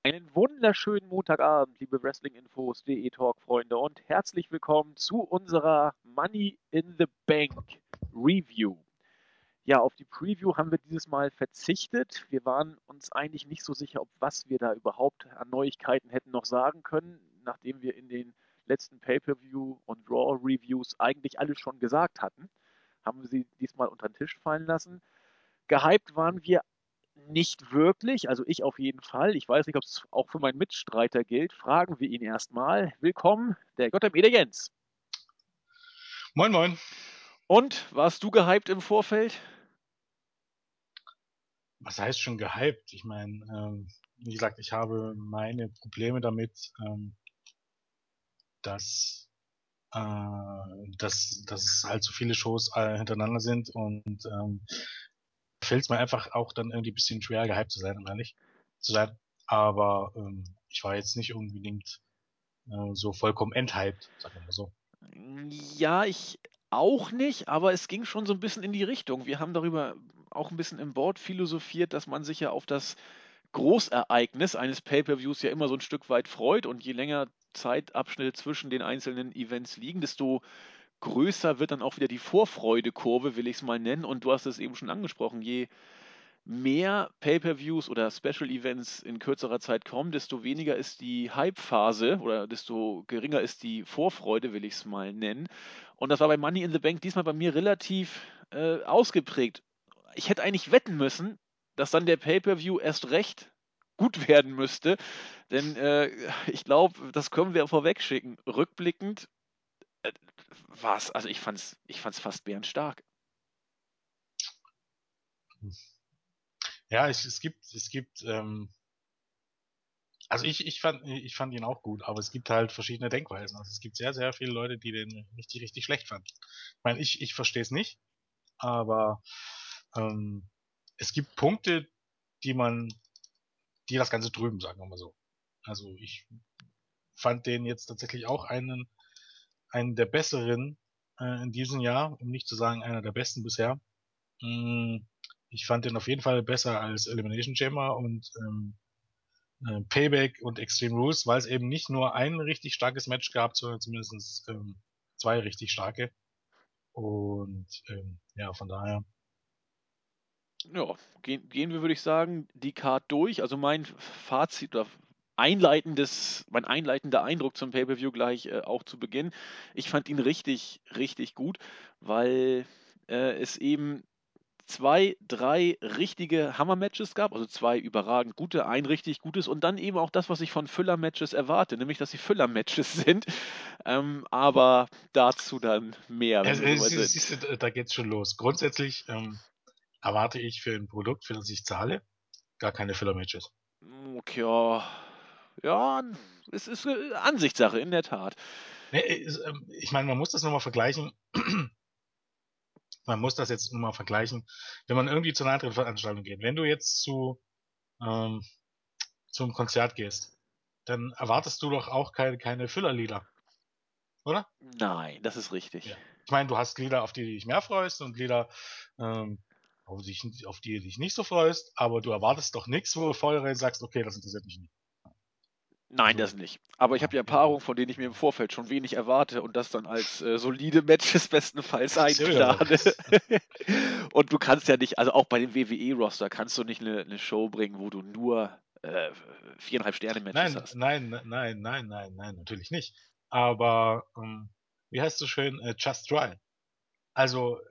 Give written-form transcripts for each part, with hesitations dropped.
Einen wunderschönen Montagabend, liebe Wrestling-Infos.de Talk-Freunde und herzlich willkommen zu unserer Money in the Bank Review. Ja, auf die Preview haben wir dieses Mal verzichtet. Wir waren uns eigentlich nicht so sicher, ob was wir da überhaupt an Neuigkeiten hätten noch sagen können, nachdem wir in den letzten Pay-Per-View und Raw-Reviews eigentlich alles schon gesagt hatten, haben wir sie diesmal unter den Tisch fallen lassen. Gehypt waren wir nicht wirklich, also ich auf jeden Fall. Ich weiß nicht, ob es auch für meinen Mitstreiter gilt. Fragen wir ihn erstmal. Willkommen, der Gott der Jens. Moin, moin. Und, warst du gehypt im Vorfeld? Was heißt schon gehypt? Ich meine, wie gesagt, ich habe meine Probleme damit, dass, äh, dass halt so viele Shows hintereinander sind und fällt es mir einfach auch dann irgendwie ein bisschen schwer, gehypt zu sein, um ehrlich zu sein. Aber ich war jetzt nicht unbedingt so vollkommen enthyped, sagen wir mal so. Ja, ich auch nicht, aber es ging schon so ein bisschen in die Richtung. Wir haben darüber auch ein bisschen im Board philosophiert, dass man sich ja auf das Großereignis eines Pay-Per-Views ja immer so ein Stück weit freut und je länger Zeitabschnitte zwischen den einzelnen Events liegen, desto größer wird dann auch wieder die Vorfreudekurve, will ich es mal nennen. Und du hast es eben schon angesprochen, je mehr Pay-per-Views oder Special Events in kürzerer Zeit kommen, desto weniger ist die Hype-Phase oder desto geringer ist die Vorfreude, will ich es mal nennen. Und das war bei Money in the Bank diesmal bei mir relativ ausgeprägt. Ich hätte eigentlich wetten müssen, dass dann der Pay-per-View erst recht gut werden müsste, denn ich glaube, das können wir vorwegschicken. Rückblickend äh, war's, also ich fand's fast bärenstark. Ja, es gibt, also ich fand ihn auch gut, aber es gibt halt verschiedene Denkweisen. Also es gibt sehr, sehr viele Leute, die den richtig, richtig schlecht fanden. Ich meine, ich verstehe es nicht, aber ähm, es gibt Punkte, die man, die das Ganze trüben, sagen wir mal so. Also ich fand den jetzt tatsächlich auch einen der besseren in diesem Jahr, um nicht zu sagen einer der besten bisher. Mm, Ich fand den auf jeden Fall besser als Elimination Chamber und Payback und Extreme Rules, weil es eben nicht nur ein richtig starkes Match gab, sondern zumindest zwei richtig starke. Und ja, von daher. Ja, gehen wir, würde ich sagen, die Card durch. Also mein Fazit oder mein einleitender Eindruck zum Pay-Per-View gleich auch zu Beginn. Ich fand ihn richtig, richtig gut, weil es eben zwei, drei richtige Hammer-Matches gab, also zwei überragend gute, ein richtig gutes und dann eben auch das, was ich von Füller-Matches erwarte, nämlich dass sie Füller-Matches sind. Aber dazu dann mehr, wenn wir soweit sind. Siehst du, da geht's schon los. Grundsätzlich erwarte ich für ein Produkt, für das ich zahle, gar keine Filler-Matches. Okay, ja, ja, es ist Ansichtssache, in der Tat. Nee, ich meine, man muss das nochmal vergleichen. Man muss das jetzt nur mal vergleichen, wenn man irgendwie zu einer anderen Veranstaltung geht. Wenn du jetzt ähm, zum Konzert gehst, dann erwartest du doch auch keine Füllerlieder, oder? Nein, das ist richtig. Ja. Ich meine, du hast Lieder, auf die du dich mehr freust und Lieder, auf die du dich nicht so freust, aber du erwartest doch nichts, wo du vorher sagst, okay, das interessiert mich nicht. Nein, Also, das nicht. Aber ich ja, habe ja Erfahrungen, von denen ich mir im Vorfeld schon wenig erwarte und das dann als solide Matches bestenfalls ist ja wieder so. einplane. Und du kannst ja nicht, also auch bei dem WWE-Roster kannst du nicht eine Show bringen, wo du nur 4,5 Sterne-Matches Nein, hast. nein, nein, nein, nein, nein, natürlich nicht. Aber, wie heißt es so schön, just try. Also,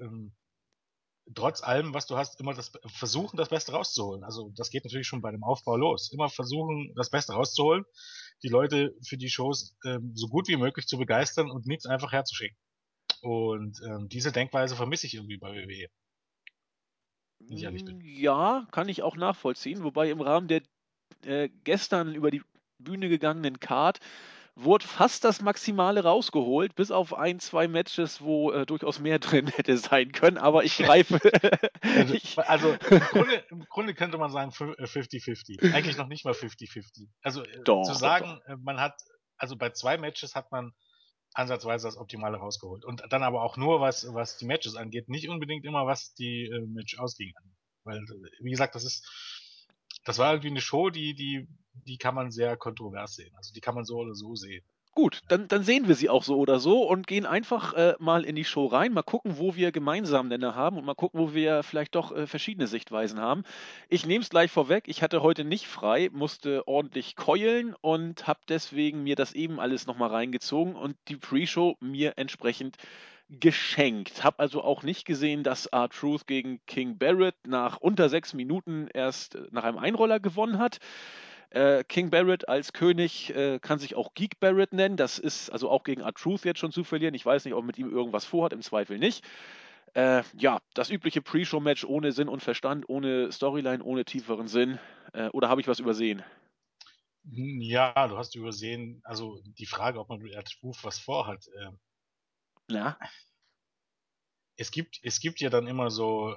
trotz allem, was du hast, immer versuchen, das Beste rauszuholen. Also das geht natürlich schon bei dem Aufbau los. Immer versuchen, das Beste rauszuholen, die Leute für die Shows so gut wie möglich zu begeistern und nichts einfach herzuschicken. Und diese Denkweise vermisse ich irgendwie bei WWE, wenn ich ehrlich bin. Ja, kann ich auch nachvollziehen, wobei im Rahmen der gestern über die Bühne gegangenen Card wurde fast das Maximale rausgeholt, bis auf ein, zwei Matches, wo durchaus mehr drin hätte sein können, aber ich greife. ich, Also im Grunde könnte man sagen 50-50. Eigentlich noch nicht mal 50-50. Also zu doch, doch, doch. sagen, man hat, also bei zwei Matches hat man ansatzweise das Optimale rausgeholt. Und dann aber auch nur, was die Matches angeht, nicht unbedingt immer, was die Match ausging. Weil, wie gesagt, das war irgendwie eine Show, die die kann man sehr kontrovers sehen. Also die kann man so oder so sehen. Gut, dann sehen wir sie auch so oder so und gehen einfach mal in die Show rein, mal gucken, wo wir gemeinsamen Nenner haben und mal gucken, wo wir vielleicht doch verschiedene Sichtweisen haben. Ich nehme es gleich vorweg, ich hatte heute nicht frei, musste ordentlich keulen und habe deswegen mir das eben alles nochmal reingezogen und die Pre-Show mir entsprechend geschenkt. Habe also auch nicht gesehen, dass R-Truth gegen King Barrett nach unter 6 Minuten erst nach einem Einroller gewonnen hat. King Barrett als König kann sich auch Geek Barrett nennen. Das ist also auch gegen R-Truth jetzt schon zu verlieren. Ich weiß nicht, ob mit ihm irgendwas vorhat, im Zweifel nicht. Ja, das übliche Pre-Show-Match ohne Sinn und Verstand, ohne Storyline, ohne tieferen Sinn. Oder habe ich was übersehen? Ja, du hast übersehen, also die Frage, ob man mit R-Truth was vorhat. Na? Es gibt ja dann immer so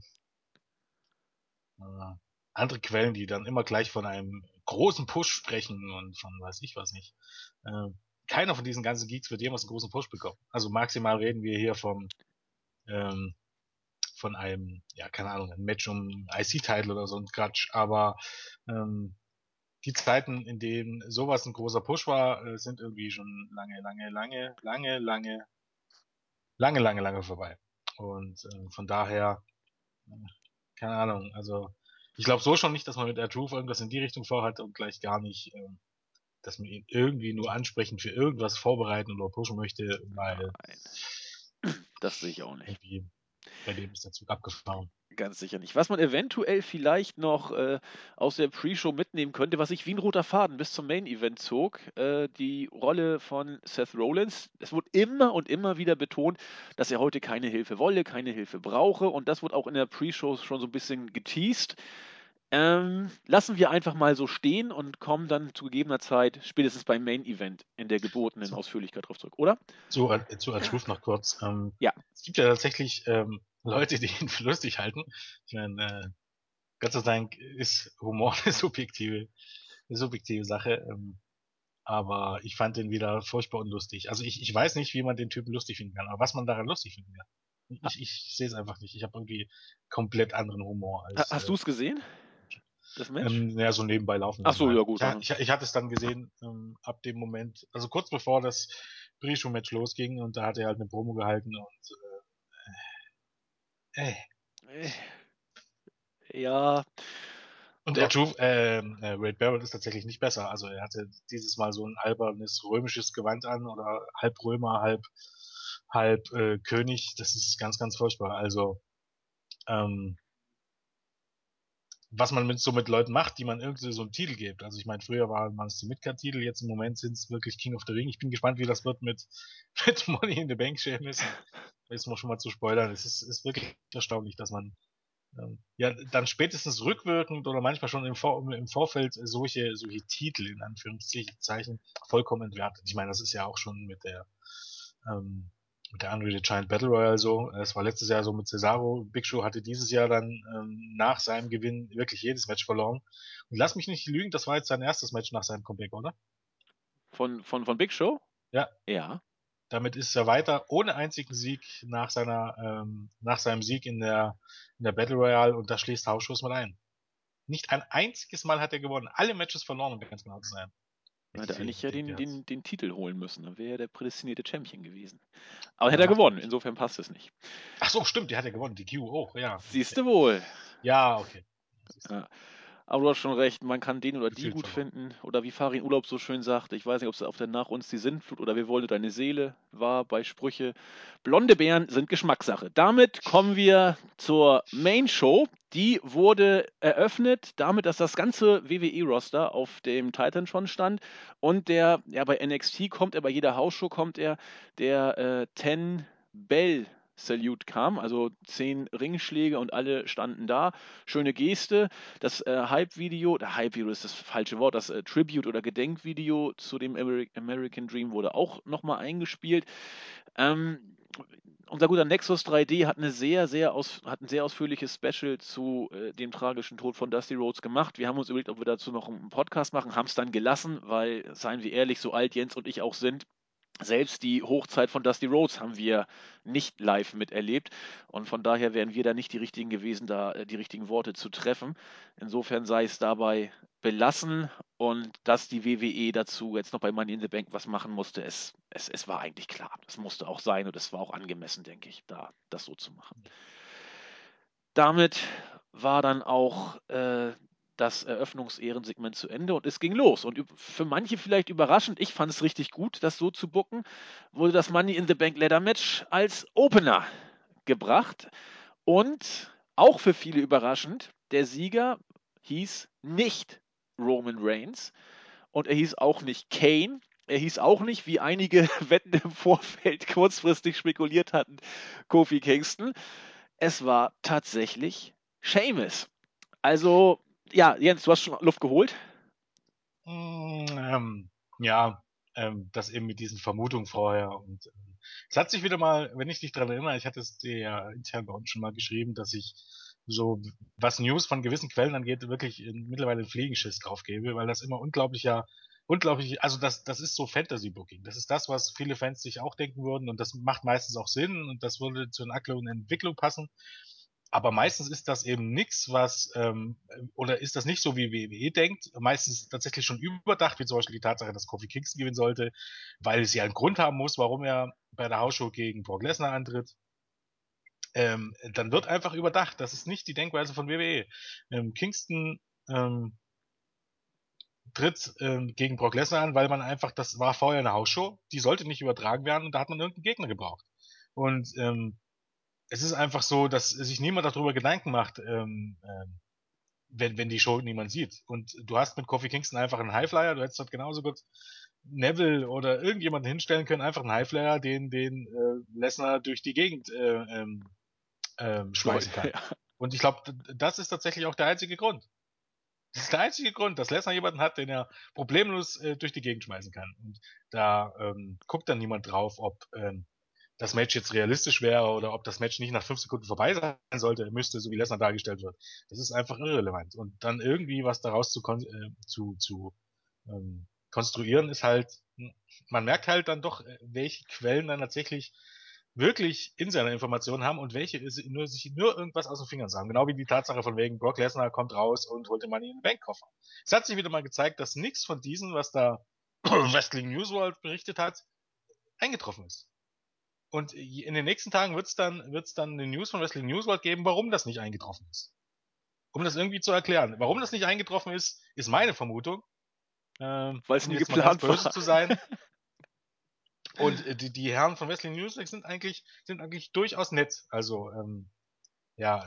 äh, andere Quellen, die dann immer gleich von einem großen Push sprechen und von weiß ich was nicht. Äh, Keiner von diesen ganzen Geeks wird jemals einen großen Push bekommen. Also maximal reden wir hier ähm, von einem, ja, keine Ahnung, ein Match um IC-Title oder so ein Quatsch, aber ähm, die Zeiten, in denen sowas ein großer Push war, sind irgendwie schon lange vorbei. Und von daher, äh, keine Ahnung, also ich glaube so schon nicht, dass man mit R-Truth irgendwas in die Richtung vorhat und gleich gar nicht, dass man ihn irgendwie nur ansprechend für irgendwas vorbereiten oder pushen möchte, weil Nein, das sehe ich auch nicht. irgendwie bei dem ist der Zug abgefahren. Ganz sicher nicht. Was man eventuell vielleicht noch aus der Pre-Show mitnehmen könnte, was sich wie ein roter Faden bis zum Main-Event zog, die Rolle von Seth Rollins. Es wurde immer und immer wieder betont, dass er heute keine Hilfe wolle, keine Hilfe brauche und das wurde auch in der Pre-Show schon so ein bisschen geteased. Lassen wir einfach mal so stehen und kommen dann zu gegebener Zeit, spätestens beim Main-Event, in der gebotenen So, Ausführlichkeit drauf zurück, oder? zu R-Truth noch kurz. Ja. Es gibt ja tatsächlich Leute, die ihn für lustig halten. Ich meine, Gott sei Dank ist Humor eine subjektive Sache. Aber ich fand den wieder furchtbar unlustig. Also ich weiß nicht, wie man den Typen lustig finden kann, aber was man daran lustig finden kann. Ich sehe es einfach nicht. Ich habe irgendwie komplett anderen Humor als Hast du es gesehen, das Match? naja, so nebenbei laufen Ach lassen so, ja halt. gut, dann. Ich hatte es dann gesehen, ab dem Moment, also kurz bevor das Pre-Show-Match losging und da hat er halt eine Promo gehalten und äh, Äh, ja, und der, Wade Barrett ist tatsächlich nicht besser. Also er hatte dieses Mal so ein albernes römisches Gewand an oder halb Römer, halb König. Das ist ganz furchtbar. Also ähm, was man mit Leuten macht, die man irgendwie so einen Titel gibt. Also ich meine, früher waren es die Midcard-Titel, jetzt im Moment sind es wirklich King of the Ring. Ich bin gespannt, wie das wird mit, mit Money in the Bank Sheamus. Ist mal schon mal zu spoilern. Es ist wirklich erstaunlich, dass man ja dann spätestens rückwirkend oder manchmal schon im Vorfeld solche Titel in Anführungszeichen vollkommen entwertet. Ich meine, das ist ja auch schon ähm, mit der Unreal Giant Battle Royale so. Es war letztes Jahr so mit Cesaro. Big Show hatte dieses Jahr dann nach seinem Gewinn wirklich jedes Match verloren. Und lass mich nicht lügen, das war jetzt sein erstes Match nach seinem Comeback, oder? von Big Show? Ja, Ja. damit ist er weiter ohne einzigen Sieg nach seinem Sieg in der Battle Royale und da schließt Hausschuss mit ein. Nicht ein einziges Mal hat er gewonnen. Alle Matches verloren, um ganz genau zu sein. Wenn Man ich die hätte Serie eigentlich ja richtig hat. den Titel holen müssen. Dann wäre er der prädestinierte Champion gewesen. Aber Ja, hätte er macht er gewonnen. nicht. Insofern passt es nicht. Ach so, stimmt, die hat er gewonnen. Die Q auch, ja. Siehst du wohl. Ja, okay. Siehst du. Ja. Aber du hast schon recht, man kann den oder die Gefühlt gut verloren. finden. Oder wie Farin Urlaub so schön sagt, ich weiß nicht, ob es auf der Nach uns die Sintflut oder wir wollen deine Seele war bei Sprüche. Blonde Beeren sind Geschmackssache. Damit kommen wir zur Main Show. Die wurde eröffnet damit, dass das ganze WWE-Roster auf dem Titan schon stand. Und ja, bei NXT kommt er, bei jeder Hausshow kommt er, der Ten Bell Salute kam, also 10 Ringschläge und alle standen da. Schöne Geste. Das Hype-Video ist das falsche Wort, das Tribute- oder Gedenkvideo zu dem American Dream wurde auch nochmal eingespielt. Ähm, unser guter Nexus 3D hat hat ein sehr ausführliches Special zu dem tragischen Tod von Dusty Rhodes gemacht. Wir haben uns überlegt, ob wir dazu noch einen Podcast machen, haben es dann gelassen, weil, seien wir ehrlich, so alt Jens und ich auch sind, selbst die Hochzeit von Dusty Rhodes haben wir nicht live miterlebt und von daher wären wir da nicht die richtigen gewesen, da die richtigen Worte zu treffen. Insofern sei es dabei belassen und dass die WWE dazu jetzt noch bei Money in the Bank was machen musste, es war eigentlich klar. Das musste auch sein und es war auch angemessen, denke ich, da das so zu machen. Damit war dann auch das Eröffnungsehrensegment zu Ende und es ging los. Und für manche vielleicht überraschend, ich fand es richtig gut, das so zu booken, wurde das Money in the Bank Ladder Match als Opener gebracht. Und auch für viele überraschend, der Sieger hieß nicht Roman Reigns und er hieß auch nicht Kane. Er hieß auch nicht, wie einige Wetten im Vorfeld kurzfristig spekuliert hatten, Kofi Kingston. Es war tatsächlich Sheamus. Also, ja, Jens, du hast schon Luft geholt. Mm, ja, das eben mit diesen Vermutungen vorher. Und es hat sich wieder mal, wenn ich dich dran erinnere, ich hatte es dir ja intern bei uns schon mal geschrieben, dass ich so, was News von gewissen Quellen angeht, wirklich mittlerweile einen Fliegenschiss drauf gebe, weil das immer unglaublich, also das ist so Fantasy-Booking. Das ist das, was viele Fans sich auch denken würden und das macht meistens auch Sinn und das würde zu einer aktuellen Entwicklung passen. Aber meistens ist das eben nichts, oder ist das nicht so, wie WWE denkt. Meistens tatsächlich schon überdacht, wie zum Beispiel die Tatsache, dass Kofi Kingston gewinnen sollte, weil es ja einen Grund haben muss, warum er bei der Hausshow gegen Brock Lesnar antritt. Dann wird einfach überdacht. Das ist nicht die Denkweise von WWE. Kingston ähm, tritt gegen Brock Lesnar an, weil man einfach, das war vorher eine Hausshow, die sollte nicht übertragen werden und da hat man irgendeinen Gegner gebraucht. Und es ist einfach so, dass sich niemand darüber Gedanken macht, wenn die Show niemand sieht. Und du hast mit Kofi Kingston einfach einen Highflyer, du hättest dort genauso gut Neville oder irgendjemanden hinstellen können, einfach einen Highflyer, den Lesnar durch die Gegend schmeißen kann. Ja. Und ich glaube, das ist tatsächlich auch der einzige Grund. Das ist der einzige Grund, dass Lesnar jemanden hat, den er problemlos durch die Gegend schmeißen kann. Und da guckt dann niemand drauf, ob das Match jetzt realistisch wäre oder ob das Match nicht nach 5 Sekunden vorbei sein sollte, müsste, so wie Lesnar dargestellt wird. Das ist einfach irrelevant. Und dann irgendwie was daraus zu konstruieren, ist halt, man merkt halt dann doch, welche Quellen dann tatsächlich wirklich Insider-Informationen haben und welche sich nur irgendwas aus den Fingern sagen. Genau wie die Tatsache von wegen, Brock Lesnar kommt raus und holt den Money in den Bank-Koffer. Es hat sich wieder mal gezeigt, dass nichts von diesen, was da Wrestling News World berichtet hat, eingetroffen ist. Und in den nächsten Tagen wird's dann eine News von Wrestling News World geben, warum das nicht eingetroffen ist. Um das irgendwie zu erklären. Warum das nicht eingetroffen ist, ist meine Vermutung. Weil es Um nie jetzt mal ganz geplant böse war. zu sein. Und die Herren von Wrestling News sind eigentlich durchaus nett. Also, ja,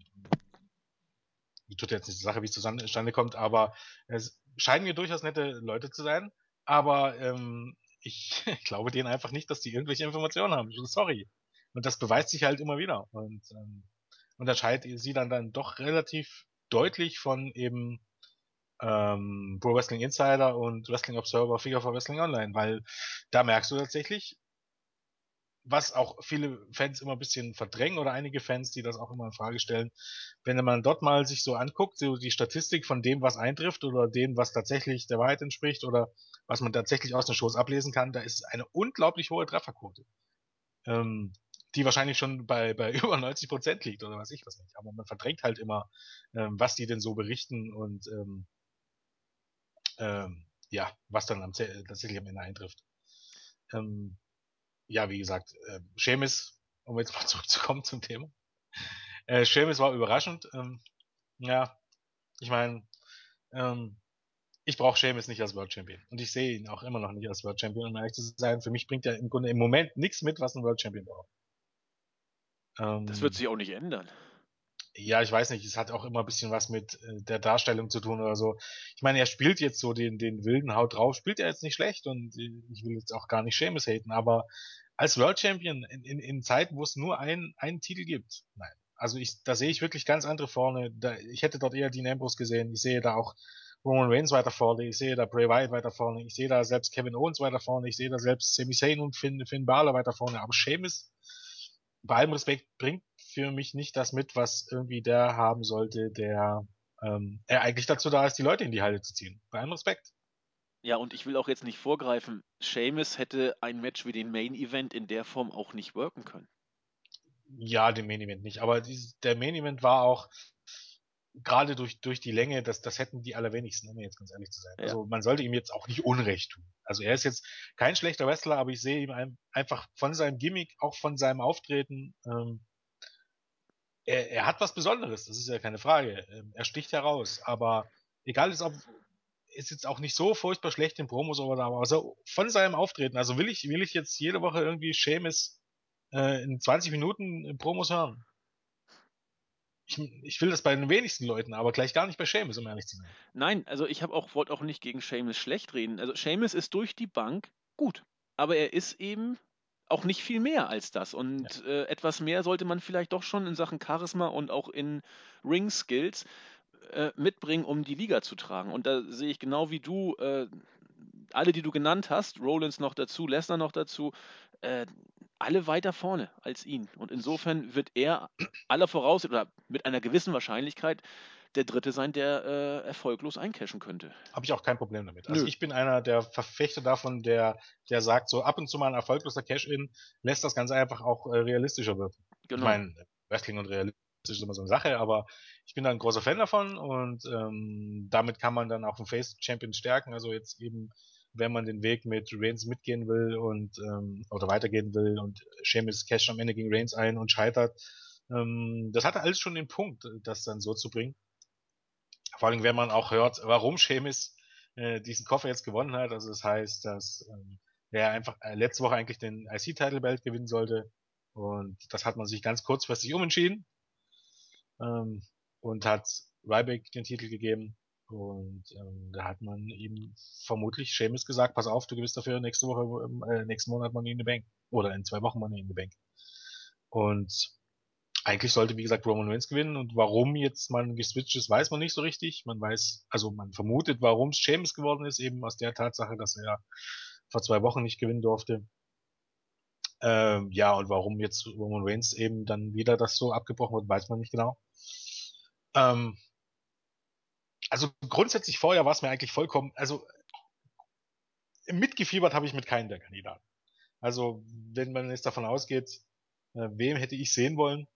tut jetzt nicht die Sache, wie es zustande kommt, aber es scheinen mir durchaus nette Leute zu sein. Aber ich glaube denen einfach nicht, dass die irgendwelche Informationen haben. Sorry. Und das beweist sich halt immer wieder. Und unterscheidet sie dann doch relativ deutlich von eben Pro Wrestling Insider und Wrestling Observer, Figure for Wrestling Online, weil da merkst du tatsächlich, was auch viele Fans immer ein bisschen verdrängen oder einige Fans, die das auch immer in Frage stellen, wenn man dort mal sich so anguckt, so die Statistik von dem, was eintrifft oder dem, was tatsächlich der Wahrheit entspricht oder was man tatsächlich aus den Shows ablesen kann, da ist eine unglaublich hohe Trefferquote, ähm, die wahrscheinlich schon bei über 90% liegt oder was ich was nicht. Aber man verdrängt halt immer, was die denn so berichten und ja, was dann tatsächlich am Ende eintrifft. Ähm, ja, wie gesagt, Sheamus, um jetzt mal zurückzukommen zum Thema. Sheamus war überraschend. Ja, ich meine, ähm, ich brauche Sheamus nicht als World Champion. Und ich sehe ihn auch immer noch nicht als World Champion, um ehrlich zu sein. Für mich bringt er im Grunde im Moment nichts mit, was ein World Champion braucht. Das wird Ähm, sich auch nicht ändern. ja, ich weiß nicht, es hat auch immer ein bisschen was mit der Darstellung zu tun oder so. Ich meine, er spielt jetzt so den wilden Haut drauf, spielt er jetzt nicht schlecht und ich will jetzt auch gar nicht Sheamus haten, aber als World Champion in Zeiten, wo es nur einen Titel gibt, nein. Also da sehe ich wirklich ganz andere vorne. Ich hätte dort eher Dean Ambrose gesehen. Ich sehe da auch Roman Reigns weiter vorne. Ich sehe da Bray Wyatt weiter vorne. Ich sehe da selbst Kevin Owens weiter vorne. Ich sehe da selbst Sami Zayn und Finn Balor weiter vorne. Aber Sheamus, bei allem Respekt, bringt für mich nicht das mit, was irgendwie der haben sollte, der er eigentlich dazu da ist, die Leute in die Halle zu ziehen. Bei allem Respekt. Ja, und ich will auch jetzt nicht vorgreifen. Sheamus hätte ein Match wie den Main Event in der Form auch nicht worken können. Ja, den Main Event nicht. Aber der Main Event war auch, gerade durch die Länge, das hätten die allerwenigsten, um jetzt ganz ehrlich zu sein. Ja. Also man sollte ihm jetzt auch nicht Unrecht tun. Also er ist jetzt kein schlechter Wrestler, aber ich sehe ihm einfach von seinem Gimmick, auch von seinem Auftreten, er hat was Besonderes, das ist ja keine Frage. Er sticht heraus, aber egal ist jetzt auch nicht so furchtbar schlecht in Promos oder aber also von seinem Auftreten, also will ich jetzt jede Woche irgendwie Sheamus in 20 Minuten in Promos hören? Ich will das bei den wenigsten Leuten, aber gleich gar nicht bei Sheamus, um ehrlich zu sein. Nein, also ich wollte auch nicht gegen Sheamus schlecht reden. Also Sheamus ist durch die Bank gut, aber er ist eben auch nicht viel mehr als das. Ja. Und etwas mehr sollte man vielleicht doch schon in Sachen Charisma und auch in Ring-Skills mitbringen, um die Liga zu tragen. Und da sehe ich genau wie du, alle, die du genannt hast, Rollins noch dazu, Lesnar noch dazu, äh, alle weiter vorne als ihn. Und insofern wird er aller Voraussicht oder mit einer gewissen Wahrscheinlichkeit der Dritte sein, der erfolglos eincashen könnte. Habe ich auch kein Problem damit. Also Nö, ich bin einer der Verfechter davon, der sagt, so ab und zu mal ein erfolgloser Cash-In lässt das Ganze einfach auch realistischer wirken. Ich genau. meine, Wrestling und realistisch ist immer so eine Sache, aber ich bin da ein großer Fan davon und damit kann man dann auch einen Face-Champion stärken. Also jetzt eben, wenn man den Weg mit Reigns mitgehen will und oder weitergehen will und Sheamus casht am Ende gegen Reigns ein und scheitert, das hatte alles schon den Punkt, das dann so zu bringen. Vor allem, wenn man auch hört, warum Sheamus diesen Koffer jetzt gewonnen hat. Also das heißt, dass er einfach letzte Woche eigentlich den IC-Title-Belt gewinnen sollte. Und das hat man sich ganz kurzfristig umentschieden ähm, und hat Ryback den Titel gegeben. Und da hat man ihm vermutlich Sheamus gesagt, pass auf, du gewinnst dafür nächste Woche, nächsten Monat Money in the Bank. Oder in 2 Wochen Money in the Bank. Und eigentlich sollte, wie gesagt, Roman Reigns gewinnen und warum jetzt man geswitcht ist, weiß man nicht so richtig. Man weiß, also man vermutet, warum es Sheamus geworden ist, eben aus der Tatsache, dass er vor 2 Wochen nicht gewinnen durfte. Ja, und warum jetzt Roman Reigns eben dann wieder das so abgebrochen wird, weiß man nicht genau. Ähm, also grundsätzlich vorher war es mir eigentlich vollkommen, also mitgefiebert habe ich mit keinem der Kandidaten. Also wenn man jetzt davon ausgeht, wem hätte ich sehen wollen,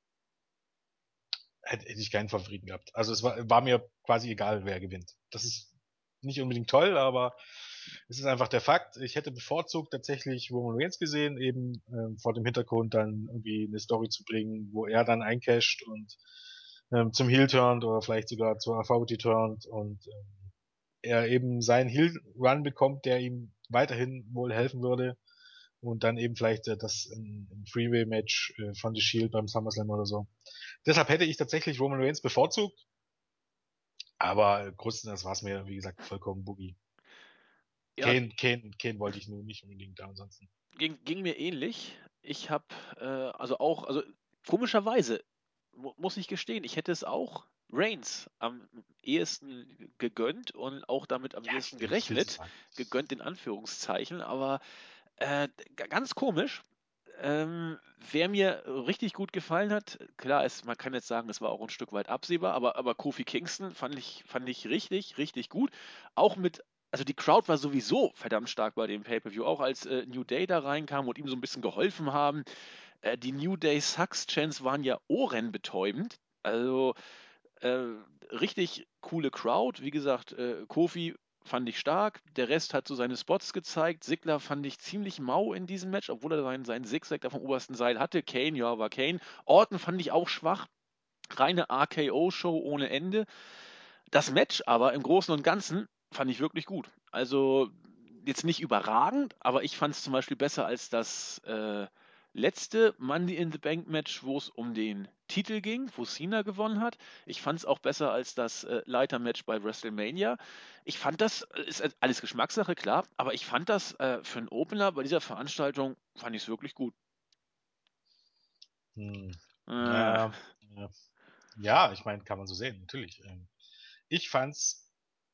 hätte ich keinen Favoriten gehabt. Also es war mir quasi egal, wer gewinnt. Das ist nicht unbedingt toll, aber es ist einfach der Fakt. Ich hätte bevorzugt tatsächlich Roman Reigns gesehen, eben vor dem Hintergrund dann irgendwie eine Story zu bringen, wo er dann eincasht und zum Heel turnt oder vielleicht sogar zur Authority turnt und er eben seinen Heel Run bekommt, der ihm weiterhin wohl helfen würde und dann eben vielleicht das ein Freeway-Match von The Shield beim SummerSlam oder so. Deshalb hätte ich tatsächlich Roman Reigns bevorzugt, aber größtenteils war es mir, wie gesagt, vollkommen Boogie. Ja, Kane wollte ich nur nicht unbedingt da ansonsten. ging mir ähnlich. Ich habe also auch, also komischerweise, muss ich gestehen, ich hätte es auch Reigns am ehesten gegönnt und auch damit am Ja, ehesten ich will es gerechnet. sagen. Gegönnt in Anführungszeichen, aber ganz komisch. Wer mir richtig gut gefallen hat, klar, man kann jetzt sagen, es war auch ein Stück weit absehbar, aber Kofi Kingston fand ich richtig, richtig gut. Auch mit, also die Crowd war sowieso verdammt stark bei dem Pay-Per-View, auch als New Day da reinkam und ihm so ein bisschen geholfen haben. Die New Day Sucks Chants waren ja ohrenbetäubend. Also äh, richtig coole Crowd. Wie gesagt, Kofi fand ich stark. Der Rest hat so seine Spots gezeigt. Sigler fand ich ziemlich mau in diesem Match, obwohl er seinen Zigzag da vom obersten Seil hatte. Kane, ja, war Kane. Orton fand ich auch schwach. Reine RKO-Show ohne Ende. Das Match aber im Großen und Ganzen fand ich wirklich gut. Also jetzt nicht überragend, aber ich fand es zum Beispiel besser als das letzte Money in the Bank Match, wo es um den Titel ging, wo Cena gewonnen hat. Ich fand es auch besser als das Leiter-Match bei WrestleMania. Ich fand das, ist alles Geschmackssache, klar, aber ich fand das für einen Opener bei dieser Veranstaltung, fand ich es wirklich gut. Hm. Äh, Ja, ja, ja, ich meine, kann man so sehen, natürlich. Ich fand's,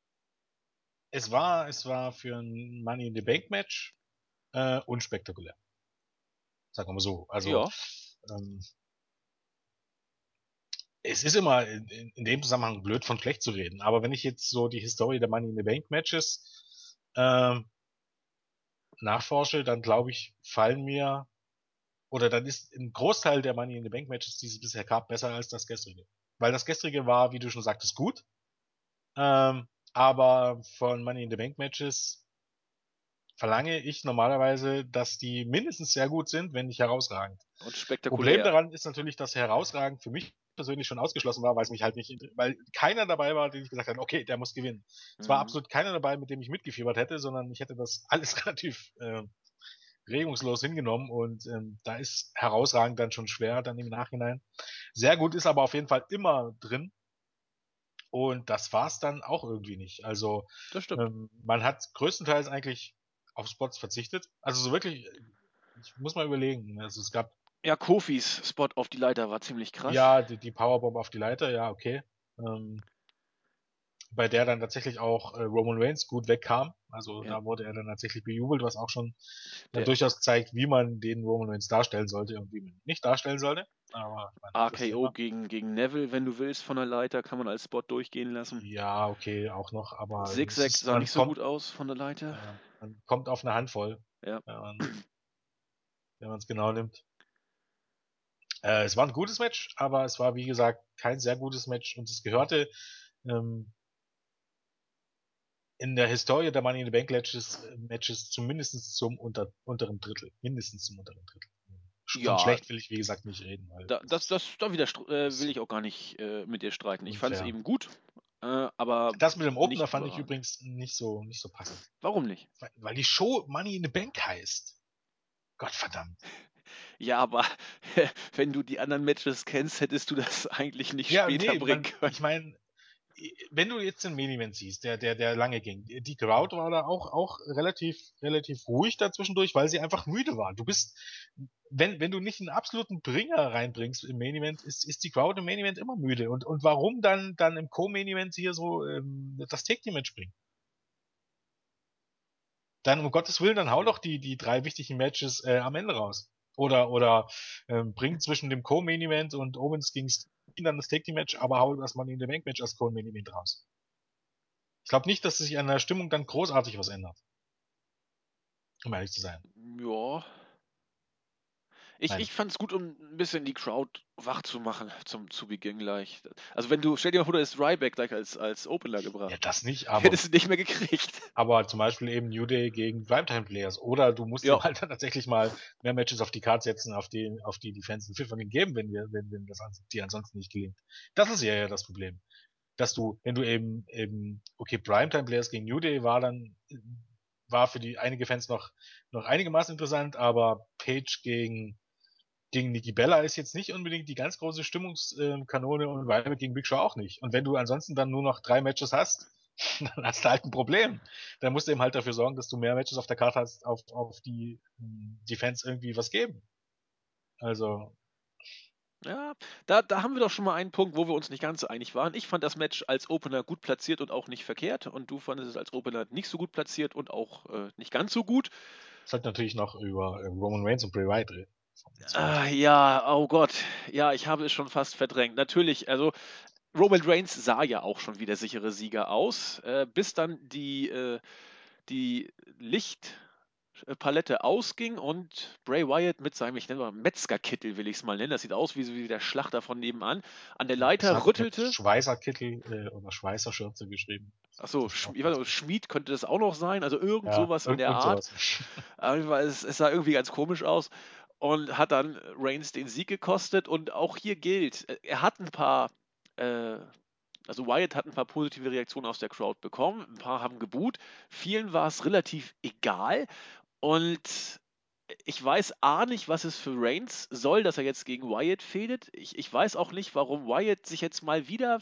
es war für ein Money in the Bank Match unspektakulär. Sagen wir mal so. Also ja, ähm, es ist immer in dem Zusammenhang blöd von schlecht zu reden, aber wenn ich jetzt so die Historie der Money in the Bank Matches nachforsche, dann glaube ich, fallen mir oder dann ist ein Großteil der Money in the Bank Matches, die es bisher gab, besser als das gestrige. weil das gestrige war, wie du schon sagtest, gut. Aber von Money in the Bank Matches verlange ich normalerweise, dass die mindestens sehr gut sind, wenn nicht herausragend. Und Problem spektakulär. daran ist natürlich, dass herausragend für mich persönlich schon ausgeschlossen war, weil es mich halt nicht, weil keiner dabei war, den ich gesagt habe, okay, der muss gewinnen. Es war Mhm. absolut keiner dabei, mit dem ich mitgefiebert hätte, sondern ich hätte das alles relativ regungslos hingenommen und da ist herausragend dann schon schwer dann im Nachhinein. Sehr gut ist aber auf jeden Fall immer drin und das war's dann auch irgendwie nicht. Also Das stimmt. man hat größtenteils eigentlich auf Spots verzichtet. Also so wirklich, ich muss mal überlegen. Also es gab Ja, Kofis Spot auf die Leiter war ziemlich krass. ja die Powerbomb auf die Leiter, ja okay. Bei der dann tatsächlich auch Roman Reigns gut wegkam. Also Ja, da wurde er dann tatsächlich bejubelt, was auch schon der durchaus zeigt, wie man den Roman Reigns darstellen sollte und wie man ihn nicht darstellen sollte. Aber ich meine, anderes RKO Thema. gegen Neville, wenn du willst, von der Leiter, kann man als Spot durchgehen lassen. Ja, okay, auch noch, aber es Zigzag ist, sah nicht so gut aus von der Leiter. man kommt auf eine Handvoll, Ja. wenn man wenn man es genau nimmt. Es war ein gutes Match, aber es war wie gesagt kein sehr gutes Match und es gehörte ähm, in der Historie der Money in the Bank Matches zumindest zum unteren Drittel, mindestens zum unteren Drittel. Von Ja, schlecht will ich wie gesagt nicht reden, weil da, das, das, da will ist ich auch gar nicht mit dir streiten. Ich fand es unfair. eben gut, aber Das mit dem Opener nicht fand ich überragend. übrigens nicht so passend. Warum nicht? Weil die Show Money in the Bank heißt. Gottverdammt. Ja, aber wenn du die anderen Matches kennst, hättest du das eigentlich nicht Ja, später nee, bringen können. ich meine, wenn du jetzt den Main Event siehst, der lange ging, die Crowd war da auch relativ ruhig dazwischendurch, weil sie einfach müde war. Du bist, wenn du nicht einen absoluten Bringer reinbringst im Main Event, ist die Crowd im Main Event immer müde. Und warum dann im Co-Main Event hier so das Take Team Match bringen? Dann um Gottes Willen, dann hau doch die drei wichtigen Matches am Ende raus. Oder bring zwischen dem Co-Main Event und Owens gegen Steen dann das Take Team Match, aber hau das Money in the Bank Match als Co-Main Event raus. Ich glaube nicht, dass sich an der Stimmung dann großartig was ändert, um ehrlich zu sein. Ja. Ich Nein. fand es gut, um ein bisschen die Crowd wach zu machen zu Beginn gleich. Also wenn du, stell dir mal vor, du hättest Ryback gleich als Opener Ja, gebracht. das nicht, Hättest du nicht mehr gekriegt. aber zum Beispiel eben New Day gegen Primetime Players. Oder du musst ihm Ja. halt dann tatsächlich mal mehr Matches auf die Card setzen, auf die die Fans einen Pfiff von ihm geben, wenn das dir ansonsten nicht gelingt. Das ist ja das Problem. Dass du, wenn du eben, okay, Primetime Players gegen New Day war für die einige Fans noch einigermaßen interessant, aber Page gegen Nikki Bella ist jetzt nicht unbedingt die ganz große Stimmungskanone und Ryback gegen Big Show auch nicht. Und wenn du ansonsten dann nur noch 3 Matches hast, dann hast du halt ein Problem. Dann musst du eben halt dafür sorgen, dass du mehr Matches auf der Karte hast, auf die Fans irgendwie was geben. Also, Ja, da haben wir doch schon mal einen Punkt, wo wir uns nicht ganz so einig waren. Ich fand das Match als Opener gut platziert und auch nicht verkehrt. Und du fandest es als Opener nicht so gut platziert und auch nicht ganz so gut. sollte natürlich noch über Roman Reigns und Bray Wyatt reden. Ah, Zweite. ja, oh Gott. Ja, ich habe es schon fast verdrängt. Natürlich, also Roman Reigns sah ja auch schon wie der sichere Sieger aus, bis dann die Lichtpalette ausging und Bray Wyatt mit seinem, ich nenne mal Metzgerkittel, will ich es mal nennen, das sieht aus wie der Schlachter von nebenan, an der Besser Leiter mit rüttelte. Schweißerkittel oder Schweißerschürze geschrieben. Achso, Das ist auch ich weiß ganz nicht, gut. Schmied könnte das auch noch sein, also irgend Ja, sowas in der irgend Art. sowas. Aber es sah irgendwie ganz komisch aus und hat dann Reigns den Sieg gekostet. Und auch hier gilt, er hat ein paar, äh, also Wyatt hat ein paar positive Reaktionen aus der Crowd bekommen, ein paar haben geboot, vielen war es relativ egal. Und ich weiß A nicht, was es für Reigns soll, dass er jetzt gegen Wyatt fehlt. Ich weiß auch nicht, warum Wyatt sich jetzt mal wieder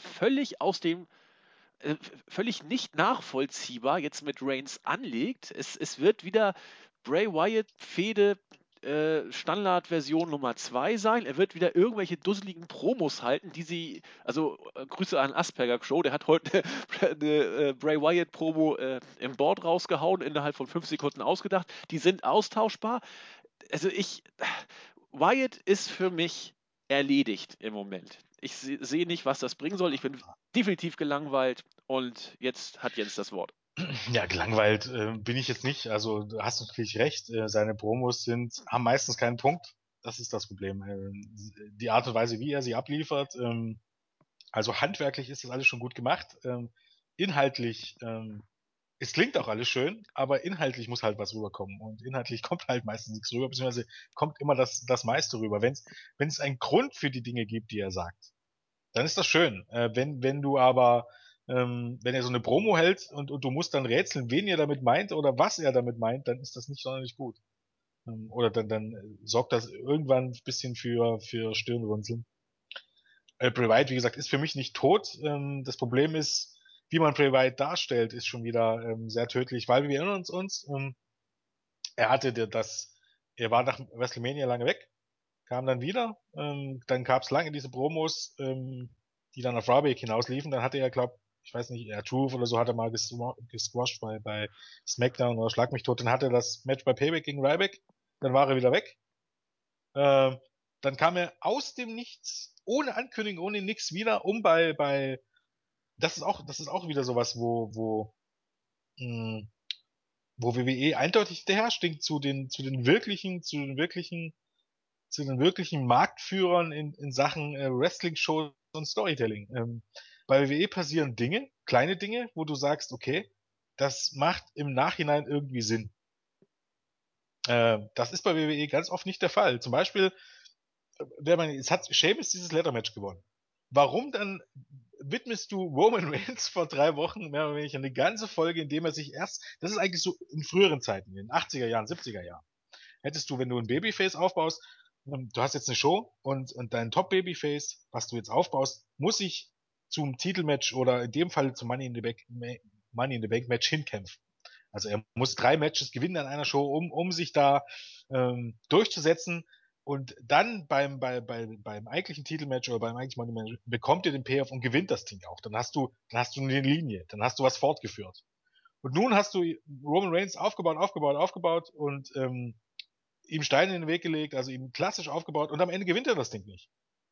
völlig nicht nachvollziehbar jetzt mit Reigns anlegt. Es wird wieder Bray Wyatt Fehde Standardversion Nummer 2 sein. Er wird wieder irgendwelche dusseligen Promos halten, also Grüße an Asperger Show, der hat heute eine Bray Wyatt Promo im Board rausgehauen, innerhalb von 5 Sekunden ausgedacht. Die sind austauschbar. Also Wyatt ist für mich erledigt im Moment. Ich sehe nicht, was das bringen soll. Ich bin definitiv gelangweilt und jetzt hat Jens das Wort. Ja, gelangweilt bin ich jetzt nicht. Also du hast natürlich recht. Seine Promos haben meistens keinen Punkt. Das ist das Problem. Die Art und Weise, wie er sie abliefert, Also handwerklich ist das alles schon gut gemacht. Inhaltlich, es klingt auch alles schön, aber inhaltlich muss halt was rüberkommen. Und inhaltlich kommt halt meistens nichts rüber, beziehungsweise kommt immer das meiste rüber. Wenn es einen Grund für die Dinge gibt, die er sagt, dann ist das schön. Wenn du aber, wenn er so eine Promo hält und du musst dann rätseln, wen er damit meint oder was er damit meint, dann ist das nicht sonderlich gut. Oder dann sorgt das irgendwann ein bisschen für Stirnrunzeln. Bray Wyatt, wie gesagt, ist für mich nicht tot. Das Problem ist, wie man Bray Wyatt darstellt, ist schon wieder sehr tödlich, weil wir erinnern uns, er hatte er war nach WrestleMania lange weg, kam dann wieder, dann gab es lange diese Promos, die dann auf Ryback hinausliefen, dann hatte er, ich weiß nicht, Truth oder so hat er mal gesquashed bei SmackDown oder Schlag mich tot, dann hatte er das Match bei Payback gegen Ryback, dann war er wieder weg, ähm, dann kam er aus dem Nichts, ohne Ankündigung, ohne nix wieder, das ist auch wieder sowas, mh, wo WWE eindeutig hinterher stinkt zu den wirklichen Marktführern in Sachen Wrestling-Shows und Storytelling. Bei WWE passieren Dinge, kleine Dinge, wo du sagst, okay, das macht im Nachhinein irgendwie Sinn. Das ist bei WWE ganz oft nicht der Fall. Zum Beispiel, jetzt hat Sheamus dieses Leather-Match gewonnen. Warum dann widmest du Roman Reigns vor 3 Wochen mehr oder weniger eine ganze Folge, indem er sich das ist eigentlich so in früheren Zeiten, in den 80er Jahren, 70er Jahren, hättest du, wenn du ein Babyface aufbaust, du hast jetzt eine Show und dein Top-Babyface, was du jetzt aufbaust, muss sich zum Titelmatch oder in dem Fall zum Money in the Bank Match hinkämpfen. Also er muss 3 Matches gewinnen an einer Show, um sich da durchzusetzen. Und dann beim eigentlichen Titelmatch oder beim eigentlichen Money Match bekommt er den Payoff und gewinnt das Ding auch. Dann hast du eine Linie, dann hast du was fortgeführt. Und nun hast du Roman Reigns aufgebaut und ihm Steine in den Weg gelegt, also ihm klassisch aufgebaut und am Ende gewinnt er das Ding nicht.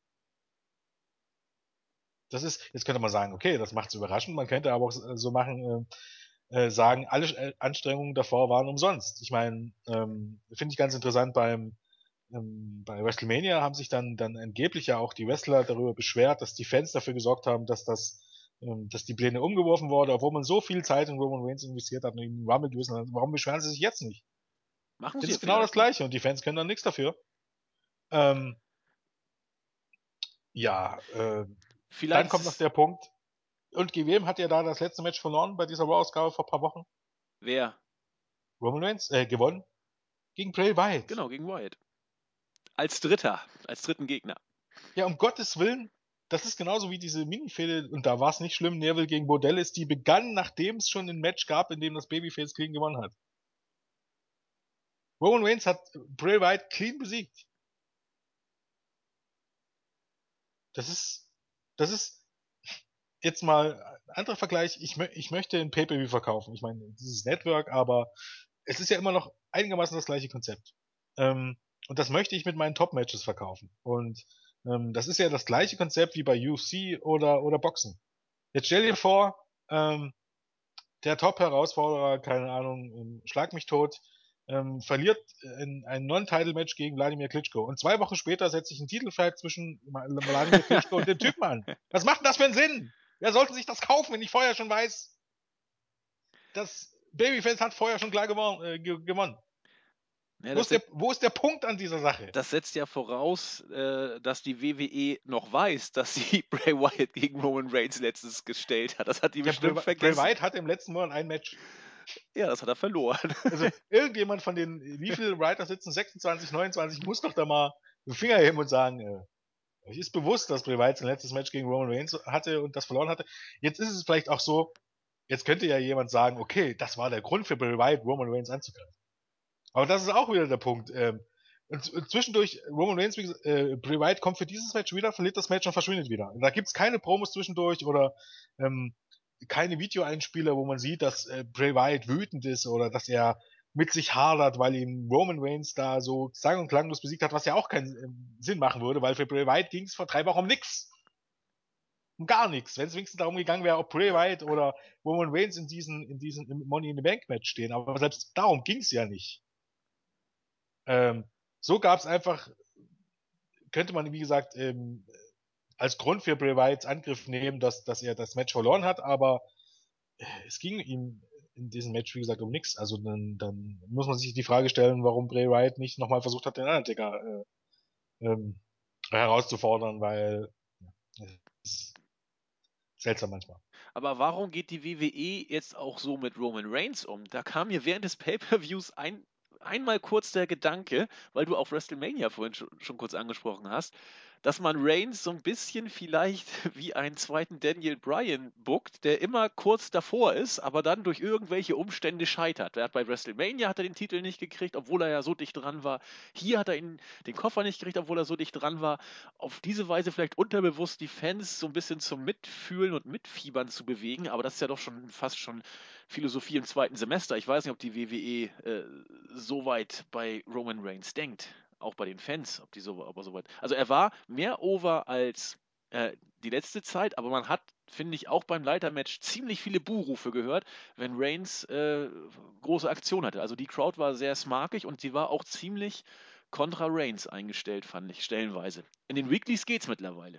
Jetzt könnte man sagen, okay, das macht es überraschend. Man könnte aber auch so machen, sagen, alle Anstrengungen davor waren umsonst. Ich meine, finde ich ganz interessant bei WrestleMania haben sich dann angeblich ja auch die Wrestler darüber beschwert, dass die Fans dafür gesorgt haben, dass die Pläne umgeworfen wurden, obwohl man so viel Zeit in Roman Reigns investiert hat und ihn im Rumble gewissen hat. Warum beschweren sie sich jetzt nicht? Machen Das sie ja ist genau das vielleicht noch. Gleiche und die Fans können dann nichts dafür. Ähm, ja, Vielleicht dann ist kommt noch es. der Punkt. Und gegen wem hat er da das letzte Match verloren bei dieser Raw-Ausgabe vor ein paar Wochen? Wer? Roman Reigns, gewonnen? Gegen Bray Wyatt. Genau, gegen Wyatt. Als Dritter, als dritten Gegner. Ja, um Gottes Willen, das ist genauso wie diese Mini-Fehde, und da war es nicht schlimm, Neville gegen Bordellis, die begann, nachdem es schon ein Match gab, in dem das Babyface clean gewonnen hat. Roman Reigns hat Bray Wyatt clean besiegt. Das ist, das ist jetzt mal ein anderer Vergleich. Ich möchte ein Pay-Per-View verkaufen. Ich meine, dieses Network, aber es ist ja immer noch einigermaßen das gleiche Konzept. Und das möchte ich mit meinen Top-Matches verkaufen. Und das ist ja das gleiche Konzept wie bei UFC oder Boxen. Jetzt stell dir vor, der Top-Herausforderer, keine Ahnung, schlag mich tot, verliert ein Non-Title-Match gegen Wladimir Klitschko. Und 2 Wochen später setzt sich ein Titelfight zwischen Wladimir Klitschko und dem Typen an. Was macht denn das für einen Sinn? Wer sollte sich das kaufen, wenn ich vorher schon weiß, dass Babyface hat vorher schon klar gewonnen? Ja, Wo ist der Punkt an dieser Sache? das setzt ja voraus, dass die WWE noch weiß, dass sie Bray Wyatt gegen Roman Reigns letztens gestellt hat. Das hat die Ja, bestimmt Bray vergessen. Wyatt hatte im letzten Monat ein Match. Ja, das hat er verloren. Also irgendjemand von den, wie viele Writer sitzen, 26, 29, muss doch da mal den Finger heben und sagen, euch ist bewusst, dass Bray Wyatt sein letztes Match gegen Roman Reigns hatte und das verloren hatte. Jetzt ist es vielleicht auch so, jetzt könnte ja jemand sagen, okay, das war der Grund für Bray Wyatt, Roman Reigns anzugreifen. Aber das ist auch wieder der Punkt. Und zwischendurch, Roman Reigns, Bray Wyatt kommt für dieses Match wieder, verliert das Match und verschwindet wieder. Und da gibt's keine Promos zwischendurch oder ähm, keine Videoeinspieler, wo man sieht, dass Bray Wyatt wütend ist oder dass er mit sich hadert, weil ihm Roman Reigns da so sang- und klanglos besiegt hat, was ja auch keinen Sinn machen würde, weil für Bray Wyatt ging's vor 3 Wochen um nix. Um gar nichts. Wenn es wenigstens darum gegangen wäre, ob Bray Wyatt oder Roman Reigns in diesem Money in the Bank Match stehen. Aber selbst darum ging's ja nicht. Ähm, so gab's einfach, könnte man, wie gesagt, als Grund für Bray Wyatts Angriff nehmen, dass er das Match verloren hat, aber es ging ihm in diesem Match, wie gesagt, um nichts. Also dann muss man sich die Frage stellen, warum Bray Wyatt nicht nochmal versucht hat, den Undertaker ähm, herauszufordern, weil ja, es ist seltsam manchmal. Aber warum geht die WWE jetzt auch so mit Roman Reigns um? Da kam mir während des Pay-Per-Views einmal kurz der Gedanke, weil du auch WrestleMania vorhin schon kurz angesprochen hast, dass man Reigns so ein bisschen vielleicht wie einen zweiten Daniel Bryan bookt, der immer kurz davor ist, aber dann durch irgendwelche Umstände scheitert. Bei WrestleMania hat er den Titel nicht gekriegt, obwohl er ja so dicht dran war. Hier hat er den Koffer nicht gekriegt, obwohl er so dicht dran war. Auf diese Weise vielleicht unterbewusst die Fans so ein bisschen zum Mitfühlen und Mitfiebern zu bewegen, aber das ist ja doch schon fast schon Philosophie im zweiten Semester. Ich weiß nicht, ob die WWE so weit bei Roman Reigns denkt, auch bei den Fans, ob er so weit. Also er war mehr over als die letzte Zeit, aber man hat, finde ich, auch beim Leitermatch ziemlich viele Buhrufe gehört, wenn Reigns große Aktion hatte. Also die Crowd war sehr smarkig und sie war auch ziemlich kontra Reigns eingestellt, fand ich, stellenweise. In den Weeklies geht's mittlerweile.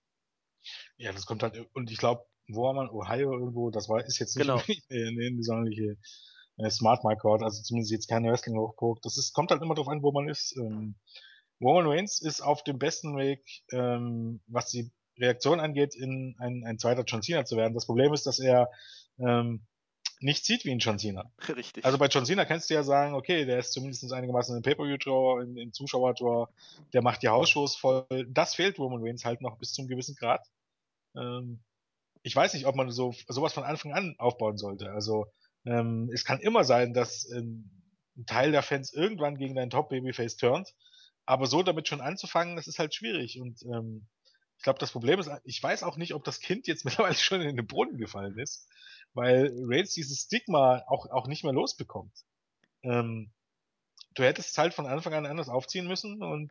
Ja, das kommt halt, und ich glaube, wo war man? Ohio irgendwo, ist jetzt nicht Genau, unbedingt eine sonderliche Smart Mic Crowd, also zumindest jetzt keine Wrestling-Hochburg. Kommt halt immer drauf an, wo man ist. Roman Reigns ist auf dem besten Weg, was die Reaktion angeht, in ein zweiter John Cena zu werden. Das Problem ist, dass er ähm, nicht sieht wie ein John Cena. Also richtig. bei John Cena kannst du ja sagen, okay, der ist zumindest einigermaßen im Pay-Per-View-Draw, im Zuschauer-Draw, der macht die Hausshows voll. Das fehlt Roman Reigns halt noch bis zum gewissen Grad. Ähm, Ich weiß nicht, ob man sowas von Anfang an aufbauen sollte. Also es kann immer sein, dass ein Teil der Fans irgendwann gegen deinen Top-Babyface turnt, aber so damit schon anzufangen, das ist halt schwierig. Und ich glaube, das Problem ist, ich weiß auch nicht, ob das Kind jetzt mittlerweile schon in den Brunnen gefallen ist, weil Reigns dieses Stigma auch nicht mehr losbekommt. Ähm, Du hättest es halt von Anfang an anders aufziehen müssen und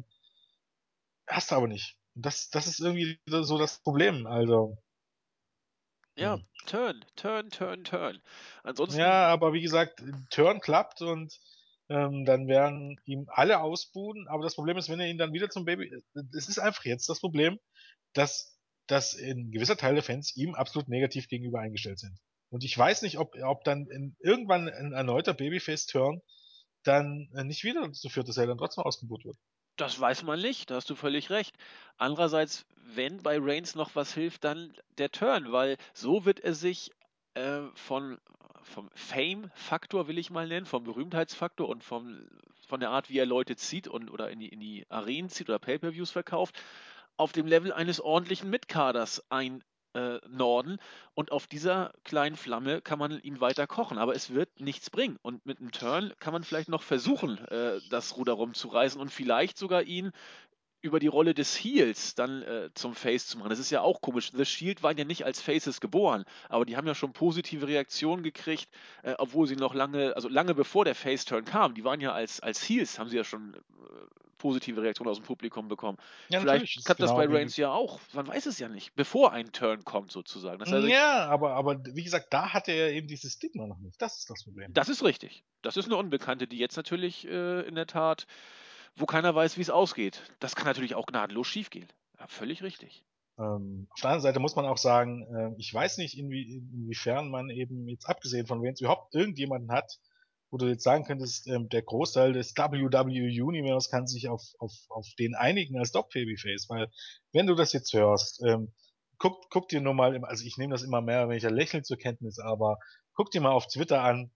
hast du aber nicht. Das ist irgendwie so das Problem. Also, Ja, hm. Turn. Ansonsten, Ja, aber wie gesagt, Turn klappt und dann werden ihm alle ausbuhen. Aber das Problem ist, wenn er ihn dann wieder zum Baby. Es ist einfach jetzt das Problem, dass, dass ein gewisser Teil der Fans ihm absolut negativ gegenüber eingestellt sind. Und ich weiß nicht, ob dann irgendwann ein erneuter Babyface-Turn dann nicht wieder dazu führt, dass er dann trotzdem ausgebuht wird. das weiß man nicht, da hast du völlig recht. Andererseits, wenn bei Reigns noch was hilft, dann der Turn, weil so wird er sich vom Fame-Faktor, will ich mal nennen, vom Berühmtheitsfaktor und von der Art, wie er Leute zieht oder in die Arenen zieht oder Pay-Per-Views verkauft, auf dem Level eines ordentlichen Mitkaders Norden und auf dieser kleinen Flamme kann man ihn weiter kochen, aber es wird nichts bringen. Und mit einem Turn kann man vielleicht noch versuchen, das Ruder rumzureißen und vielleicht sogar ihn über die Rolle des Heels dann zum Face zu machen. Das ist ja auch komisch. The Shield waren ja nicht als Faces geboren, aber die haben ja schon positive Reaktionen gekriegt, obwohl sie noch lange, also lange bevor der Face-Turn kam, die waren ja als Heels, haben sie ja schon positive Reaktionen aus dem Publikum bekommen. Ja, Vielleicht natürlich. Das ist hat das bei genau Reigns wie. ja auch, man weiß es ja nicht, bevor ein Turn kommt sozusagen. Das heißt, Ja, aber wie gesagt, da hatte er eben dieses Stigma noch nicht. Das ist das Problem. das ist richtig. Das ist eine Unbekannte, die jetzt natürlich in der Tat, wo keiner weiß, wie es ausgeht. Das kann natürlich auch gnadenlos schiefgehen. Ja, völlig richtig. Auf der anderen Seite muss man auch sagen, ich weiß nicht, inwiefern man eben jetzt abgesehen von Reigns überhaupt irgendjemanden hat, wo du jetzt sagen könntest, der Großteil des WWE Universe kann sich auf den einigen als Top-Babyface, weil wenn du das jetzt hörst, guck dir nur mal, also ich nehme das immer mehr oder weniger lächelnd zur Kenntnis, aber guck dir mal auf Twitter an,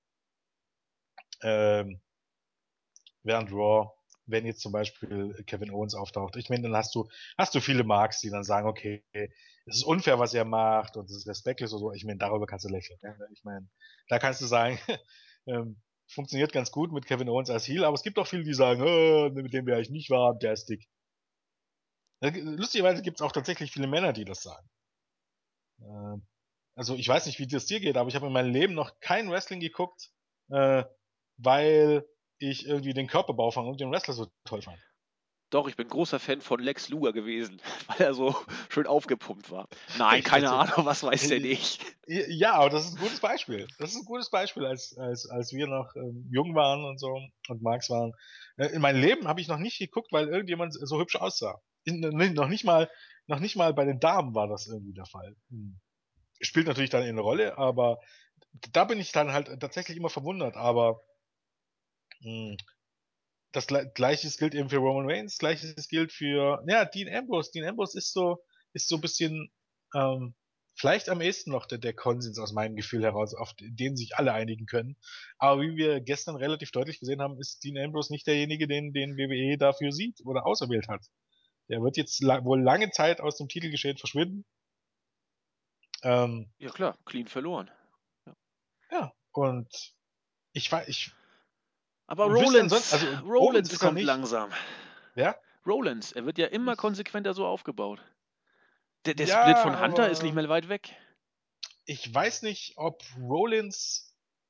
ähm, während Raw, wenn jetzt zum Beispiel Kevin Owens auftaucht. Ich meine, dann hast du viele Marks, die dann sagen, okay, es ist unfair, was er macht und es ist respektlos oder so. Ich meine, darüber kannst du lächeln. Ja? Ich meine, da kannst du sagen, funktioniert ganz gut mit Kevin Owens als Heel, aber es gibt auch viele, die sagen, mit dem wäre ich nicht warm, der ist dick. Lustigerweise gibt es auch tatsächlich viele Männer, die das sagen. Äh, also ich weiß nicht, wie das dir geht, aber ich habe in meinem Leben noch kein Wrestling geguckt, äh, weil ich irgendwie den Körperbau von irgendeinem Wrestler so toll fand. Doch, ich bin großer Fan von Lex Luger gewesen, weil er so schön aufgepumpt war. Nein, Ich keine dachte, Ahnung, was weiß der äh, nicht. ja, aber das ist ein gutes Beispiel. Das ist ein gutes Beispiel, als wir noch jung waren und so und Marx waren. In meinem Leben habe ich noch nicht geguckt, weil irgendjemand so hübsch aussah. Noch nicht mal, noch nicht mal bei den Damen war das irgendwie der Fall. Spielt natürlich dann eine Rolle, aber da bin ich dann halt tatsächlich immer verwundert. Aber mh, das Gleiches gilt eben für Roman Reigns, Gleiches gilt für, ja, Dean Ambrose. Dean Ambrose ist so ein bisschen, vielleicht am ehesten noch der Konsens aus meinem Gefühl heraus, auf den sich alle einigen können. Aber wie wir gestern relativ deutlich gesehen haben, ist Dean Ambrose nicht derjenige, den WWE dafür sieht oder auserwählt hat. Der wird jetzt wohl lange Zeit aus dem Titelgeschehen verschwinden. Ähm, Ja klar, clean verloren. Ja. ja, und ich Aber wüsste ansonsten, Rollins, also Owens Rollins ist ja kommt nicht, langsam. ja, Rollins, er wird ja immer konsequenter so aufgebaut. Der Split ja, von Hunter ist nicht aber mehr weit weg. ich weiß nicht, ob Rollins,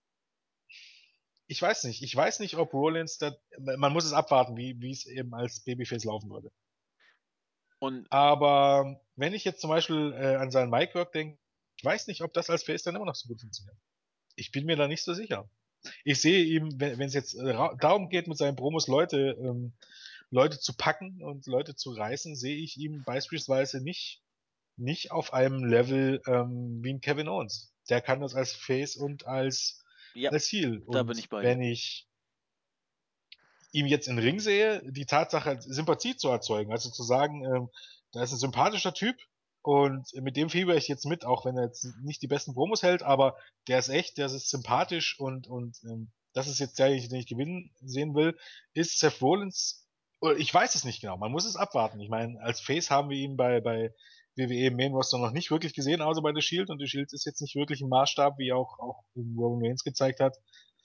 ich weiß nicht, ob Rollins, man muss es abwarten, wie es eben als Babyface laufen würde. Und Aber wenn ich jetzt zum Beispiel an seinen Mic-Work denke, ich weiß nicht, ob das als Face dann immer noch so gut funktioniert. Ich bin mir da nicht so sicher. Ich sehe ihm, wenn es jetzt darum geht, mit seinen Promos Leute zu packen und Leute zu reißen, sehe ich ihm beispielsweise nicht auf einem Level wie ein Kevin Owens. Der kann das als Face und ja, als Heel. da bin Und ich bei dir. wenn ich ihm jetzt in den Ring sehe, die Tatsache, Sympathie zu erzeugen, also zu sagen, da ist ein sympathischer Typ und mit dem fieber ich jetzt mit, auch wenn er jetzt nicht die besten Promos hält, aber der ist echt, der ist sympathisch und das ist jetzt der, den ich gewinnen sehen will, ist Seth Rollins, oder ich weiß es nicht genau, man muss es abwarten. Ich meine, als Face haben wir ihn bei WWE Main Roster noch nicht wirklich gesehen, außer bei The Shield, und The Shield ist jetzt nicht wirklich ein Maßstab, wie auch Roman Reigns gezeigt hat.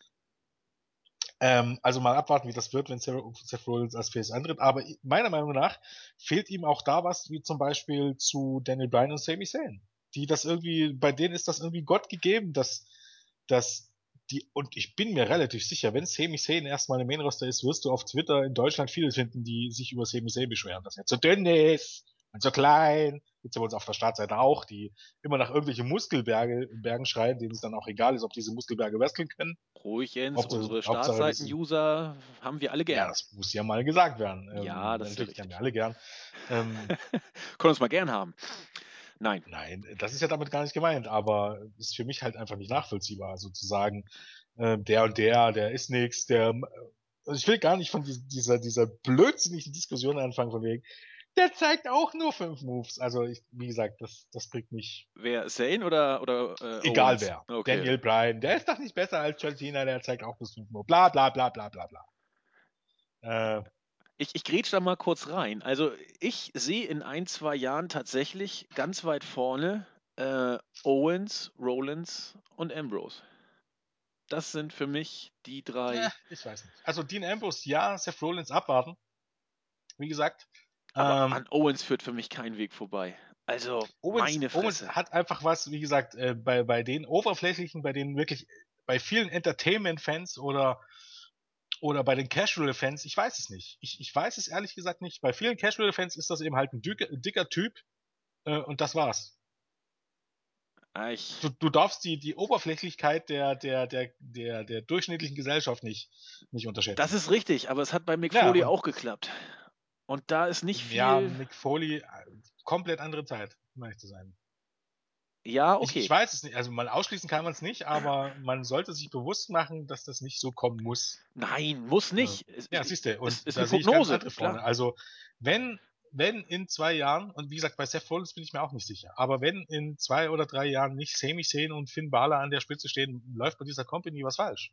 Also mal abwarten, wie das wird, wenn Seth Rollins als Face antritt. Aber meiner Meinung nach fehlt ihm auch da was, wie zum Beispiel zu Daniel Bryan und Sami Zayn. Die das irgendwie, bei denen ist das irgendwie Gott gegeben, dass und ich bin mir relativ sicher, wenn Sami Zayn erstmal im Main Roster ist, wirst du auf Twitter in Deutschland viele finden, die sich über Sami Zayn beschweren, dass er zu dünn ist und so klein. Gibt's ja bei uns auf der Startseite auch, die immer nach irgendwelchen Bergen schreien, denen es dann auch egal ist, ob diese Muskelberge wresteln können. Ruhig, Jens, unsere Hauptsache, das ist, Startseiten-User haben wir alle ja, gern. das muss ja mal gesagt werden. Ja, das ist ja Natürlich, die haben wir richtig. alle gern. Ähm, Können uns mal gern haben. Nein. nein, das ist ja damit gar nicht gemeint, aber ist für mich halt einfach nicht nachvollziehbar, sozusagen, der und der ist nix, also ich will gar nicht von dieser blödsinnigen Diskussion anfangen, von wegen, der zeigt auch nur 5 Moves. Also, wie gesagt, das bringt mich, Wer, Zane oder egal Owens? wer. Okay. Daniel Bryan, der ist doch nicht besser als John Cena, der zeigt auch bloß 5 Moves. Bla, bla, bla, bla, bla, bla. Äh, Ich grätsch da mal kurz rein. Also ich sehe in ein, 2 Jahren tatsächlich ganz weit vorne Owens, Rollins und Ambrose. Das sind für mich die drei. ich weiß nicht. Also Dean Ambrose, ja, Seth Rollins abwarten, wie gesagt. Aber Ähm, an Owens führt für mich kein Weg vorbei. Also meine Owens Fresse. hat einfach was, wie gesagt, bei den Oberflächlichen, bei den wirklich, bei vielen Entertainment-Fans oder bei den Casual-Fans, ich weiß es nicht. Ich weiß es ehrlich gesagt nicht. Bei vielen Casual-Fans ist das eben halt ein dicker Typ und das war's. Ah, Ich, Du darfst die Oberflächlichkeit der durchschnittlichen Gesellschaft nicht Das unterschätzen. ist richtig, aber es hat bei Mick Ja, Foley und auch geklappt. Und da ist nicht ja, viel. Mick Foley, komplett andere Zeit, um ehrlich zu sein. Ja, Ich okay. weiß es nicht, also mal ausschließen kann man es nicht, aber man sollte sich bewusst machen, dass das nicht so kommen muss. Nein, muss Äh, nicht. Es ja, siehst du, ist, und ist da eine sehe ich ganz Prognose, andere klar. vorne. Also, wenn, wenn in 2 Jahren, und wie gesagt, bei Seth Rollins bin ich mir auch nicht sicher, aber wenn in 2 oder 3 Jahren nicht Sami Zayn und Finn Balor an der Spitze stehen, läuft bei dieser Company was falsch.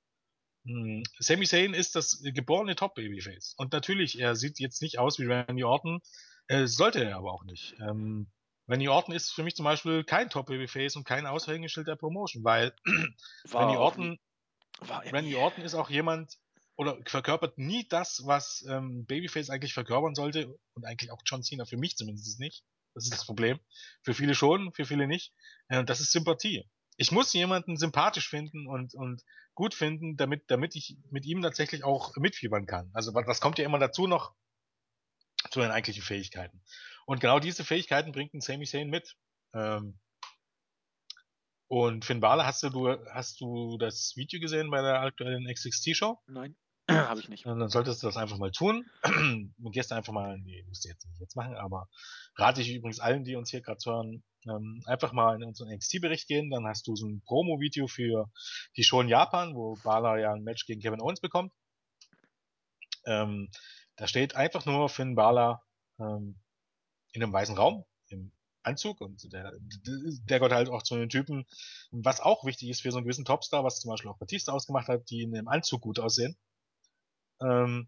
Sami Zayn ist das geborene Top-Babyface. Und natürlich, er sieht jetzt nicht aus wie Randy Orton, sollte er aber auch nicht. Randy Orton ist für mich zum Beispiel kein Top-Babyface und kein Aushängeschild der Promotion, weil Randy War auch nie. Orton, War er Randy nie. Orton ist auch jemand, oder verkörpert nie das, was Babyface eigentlich verkörpern sollte, und eigentlich auch John Cena für mich zumindest nicht. Das ist das Problem. Für viele schon, für viele nicht. Das ist Sympathie. Ich muss jemanden sympathisch finden und gut finden, damit ich mit ihm tatsächlich auch mitfiebern kann. Also was kommt ja immer dazu noch zu den eigentlichen Fähigkeiten. Und genau diese Fähigkeiten bringt ein Sami Zayn mit. Ähm, und Finn Balor, hast du das Video gesehen bei der aktuellen XXT-Show? Nein. Habe ich nicht. Und dann solltest du das einfach mal tun. Und gehst einfach mal, nee, musst du jetzt nicht jetzt machen, aber rate ich übrigens allen, die uns hier gerade hören, einfach mal in unseren NXT-Bericht gehen. Dann hast du so ein Promo-Video für die Show in Japan, wo Balor ja ein Match gegen Kevin Owens bekommt. Ähm, Da steht einfach nur Finn Balor in einem weißen Raum im Anzug und der gehört halt auch zu den Typen, was auch wichtig ist für so einen gewissen Topstar, was zum Beispiel auch Batista ausgemacht hat, die in einem Anzug gut aussehen. Ähm,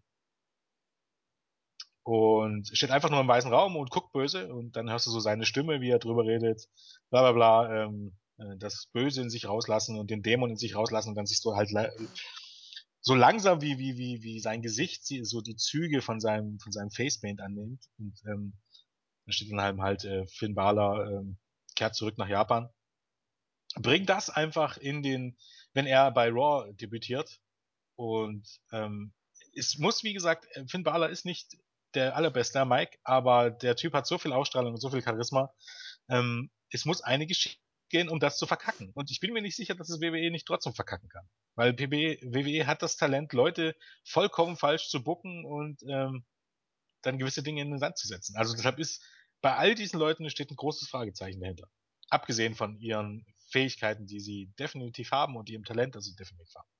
und steht einfach nur im weißen Raum und guckt böse und dann hörst du so seine Stimme, wie er drüber redet, bla bla bla, das Böse in sich rauslassen und den Dämon in sich rauslassen und dann siehst du halt so langsam wie sein Gesicht so die Züge von seinem Facepaint annimmt und da steht dann halt Finn Balor kehrt zurück nach Japan. Bring das einfach wenn er bei Raw debütiert und es muss, wie gesagt, Finn Balor ist nicht der allerbeste Mike, aber der Typ hat so viel Ausstrahlung und so viel Charisma. Es muss einiges schief gehen, um das zu verkacken. Und ich bin mir nicht sicher, dass es WWE nicht trotzdem verkacken kann. Weil WWE hat das Talent, Leute vollkommen falsch zu bucken und dann gewisse Dinge in den Sand zu setzen. Also deshalb ist bei all diesen Leuten steht ein großes Fragezeichen dahinter. Abgesehen von ihren Fähigkeiten, die sie definitiv haben und ihrem Talent, das sie definitiv haben.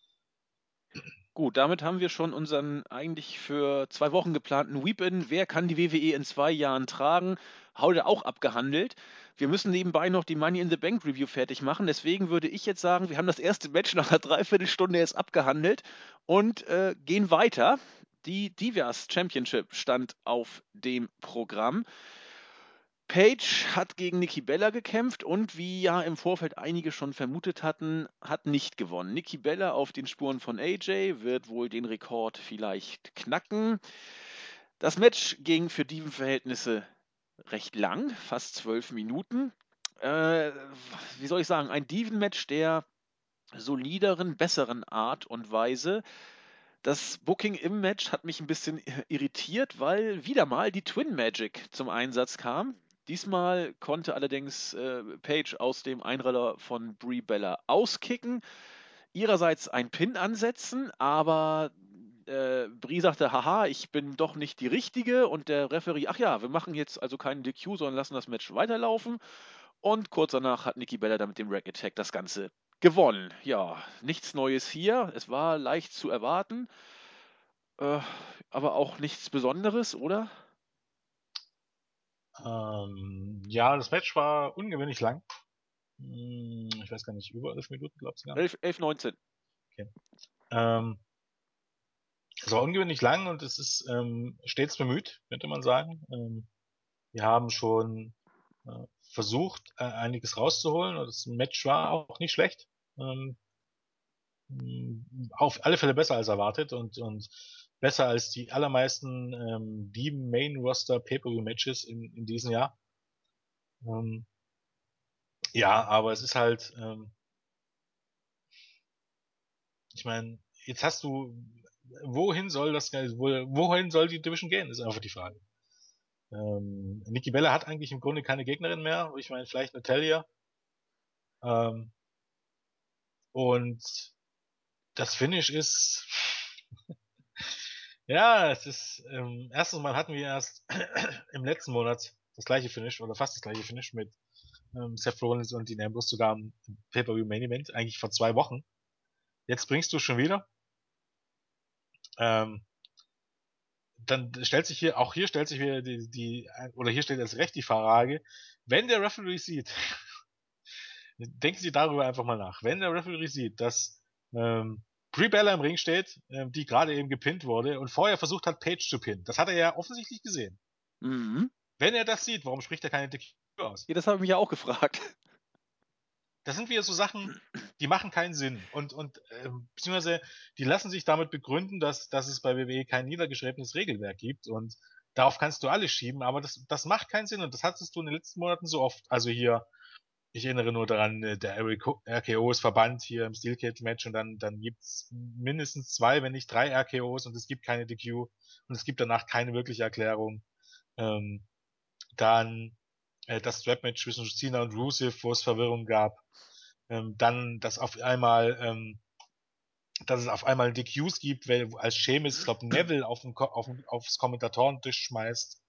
Gut, damit haben wir schon unseren eigentlich für 2 Wochen geplanten Weep-In, wer kann die WWE in 2 Jahren tragen, heute auch abgehandelt. Wir müssen nebenbei noch die Money in the Bank Review fertig machen. Deswegen würde ich jetzt sagen, wir haben das erste Match nach einer Dreiviertelstunde jetzt abgehandelt und gehen weiter. Die Divas Championship stand auf dem Programm. Paige hat gegen Nikki Bella gekämpft und wie ja im Vorfeld einige schon vermutet hatten, hat nicht gewonnen. Nikki Bella auf den Spuren von AJ wird wohl den Rekord vielleicht knacken. Das Match ging für Dieven-Verhältnisse recht lang, fast 12 Minuten. Äh, Wie soll ich sagen, ein Dieven-Match der solideren, besseren Art und Weise. Das Booking im Match hat mich ein bisschen irritiert, weil wieder mal die Twin Magic zum Einsatz kam. Diesmal konnte allerdings Paige aus dem Einroller von Brie Bella auskicken, ihrerseits einen Pin ansetzen, aber Brie sagte, haha, ich bin doch nicht die Richtige und der Referee, ach ja, wir machen jetzt also keinen DQ, sondern lassen das Match weiterlaufen und kurz danach hat Nikki Bella dann mit dem Rack Attack das Ganze gewonnen. Ja, nichts Neues hier, es war leicht zu erwarten. Äh, aber auch nichts Besonderes, oder? Ja, das Match war ungewöhnlich lang. Ich weiß gar nicht, über 11 Minuten, glaubst du gar? 11, 19. Okay. Ähm, Es war ungewöhnlich lang und es ist stets bemüht, könnte man sagen. Wir haben schon äh, versucht, einiges rauszuholen und das Match war auch nicht schlecht. Ähm, auf alle Fälle besser als erwartet und besser als die allermeisten die Main Roster Pay-Per-View Matches in diesem Jahr. Ähm, ja, aber es ist halt, ich meine, jetzt hast du, wohin soll die Division gehen, ist einfach die Frage. Nikki Bella hat eigentlich im Grunde keine Gegnerin mehr. Ich meine, vielleicht Natalia. Ähm, und das Finish ist, ja, es ist, erstens mal hatten wir erst im letzten Monat das gleiche Finish oder fast das gleiche Finish mit Seth Rollins und Dean Ambrose sogar im Pay-Per-View Main Event, eigentlich vor 2 Wochen. Jetzt bringst du schon wieder. Ähm, Dann stellt sich hier stellt sich wieder oder hier stellt erst recht die Frage, wenn der Referee sieht, denken Sie darüber einfach mal nach. Wenn der Referee sieht, dass Brie Bella im Ring steht, die gerade eben gepinnt wurde und vorher versucht hat, Paige zu pinnen, das hat er ja offensichtlich gesehen. Mhm. Wenn er das sieht, warum spricht er keine DQ aus? Ja, das habe ich mich ja auch gefragt. Das sind wieder so Sachen, die machen keinen Sinn und beziehungsweise die lassen sich damit begründen, dass es bei WWE kein niedergeschriebenes Regelwerk gibt und darauf kannst du alles schieben, aber das macht keinen Sinn und das hattest du in den letzten Monaten so oft. Also hier ich erinnere nur daran, der RKO ist verbannt hier im Steel Cage Match und dann gibt's mindestens 2, wenn nicht 3 RKOs und es gibt keine DQ und es gibt danach keine wirkliche Erklärung. Ähm, Dann das Strap Match zwischen Cena und Rusev, wo es Verwirrung gab. Dann, dass auf einmal dass es auf einmal DQs gibt, weil als Sheamus, ich glaube, Neville aufs Kommentatorentisch schmeißt.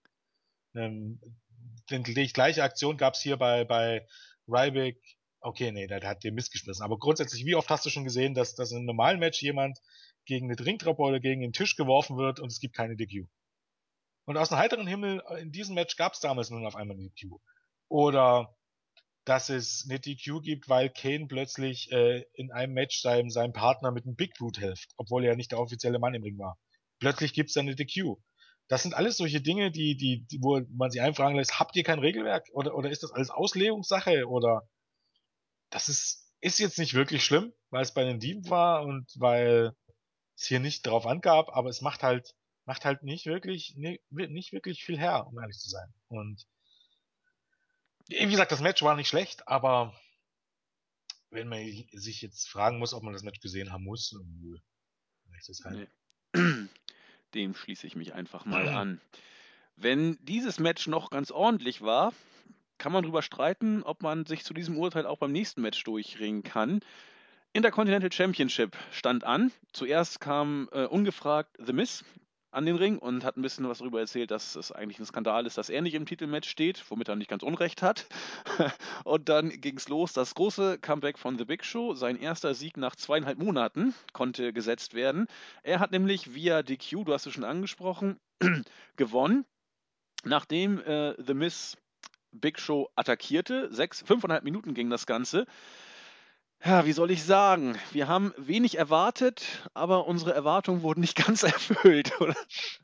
Die gleiche Aktion gab es hier bei Ryback. Okay, nee, der hat den Mist geschmissen. Aber grundsätzlich, wie oft hast du schon gesehen, dass in einem normalen Match jemand gegen eine Ringtreppe oder gegen den Tisch geworfen wird und es gibt keine DQ? Und aus dem heiteren Himmel, in diesem Match gab es damals nun auf einmal eine DQ. Oder dass es eine DQ gibt, weil Kane plötzlich in einem Match seinem Partner mit einem Big Boot hilft, obwohl er ja nicht der offizielle Mann im Ring war. Plötzlich gibt's dann eine DQ. Das sind alles solche Dinge, wo man sich einfragen lässt, habt ihr kein Regelwerk? Oder ist das alles Auslegungssache? Oder ist jetzt nicht wirklich schlimm, weil es bei den Dieben war und weil es hier nicht drauf angab, aber es macht halt nicht wirklich viel her, um ehrlich zu sein. Und wie gesagt, das Match war nicht schlecht, aber wenn man sich jetzt fragen muss, ob man das Match gesehen haben muss, nö, das ist halt. Nee. Dem schließe ich mich einfach mal an. Wenn dieses Match noch ganz ordentlich war, kann man drüber streiten, ob man sich zu diesem Urteil auch beim nächsten Match durchringen kann. Intercontinental Championship stand an. Zuerst kam ungefragt The Miz an den Ring und hat ein bisschen was darüber erzählt, dass es eigentlich ein Skandal ist, dass er nicht im Titelmatch steht, womit er nicht ganz unrecht hat. Und dann ging es los. Das große Comeback von The Big Show. Sein erster Sieg nach 2,5 Monaten konnte gesetzt werden. Er hat nämlich via DQ, du hast es schon angesprochen, gewonnen, nachdem The Miz Big Show attackierte. 5,5 Minuten ging das Ganze. Ja, wie soll ich sagen? Wir haben wenig erwartet, aber unsere Erwartungen wurden nicht ganz erfüllt, oder?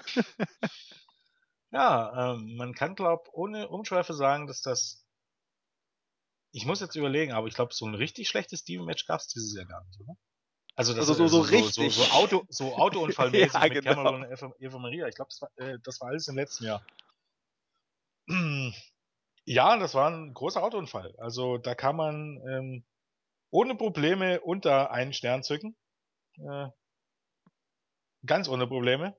Ja, man kann, glaub, ohne Umschweife sagen, dass das. Ich muss jetzt überlegen, aber ich glaube, so ein richtig schlechtes Steven-Match gab es dieses Jahr gar nicht, oder? Also das So richtig. so Autounfallmäßig Ja, mit genau. Cameron und Eva Maria. Ich glaube, das war alles im letzten Jahr. Ja, das war ein großer Autounfall. Also da kann man ohne Probleme unter einen Stern zücken. Äh, ganz ohne Probleme.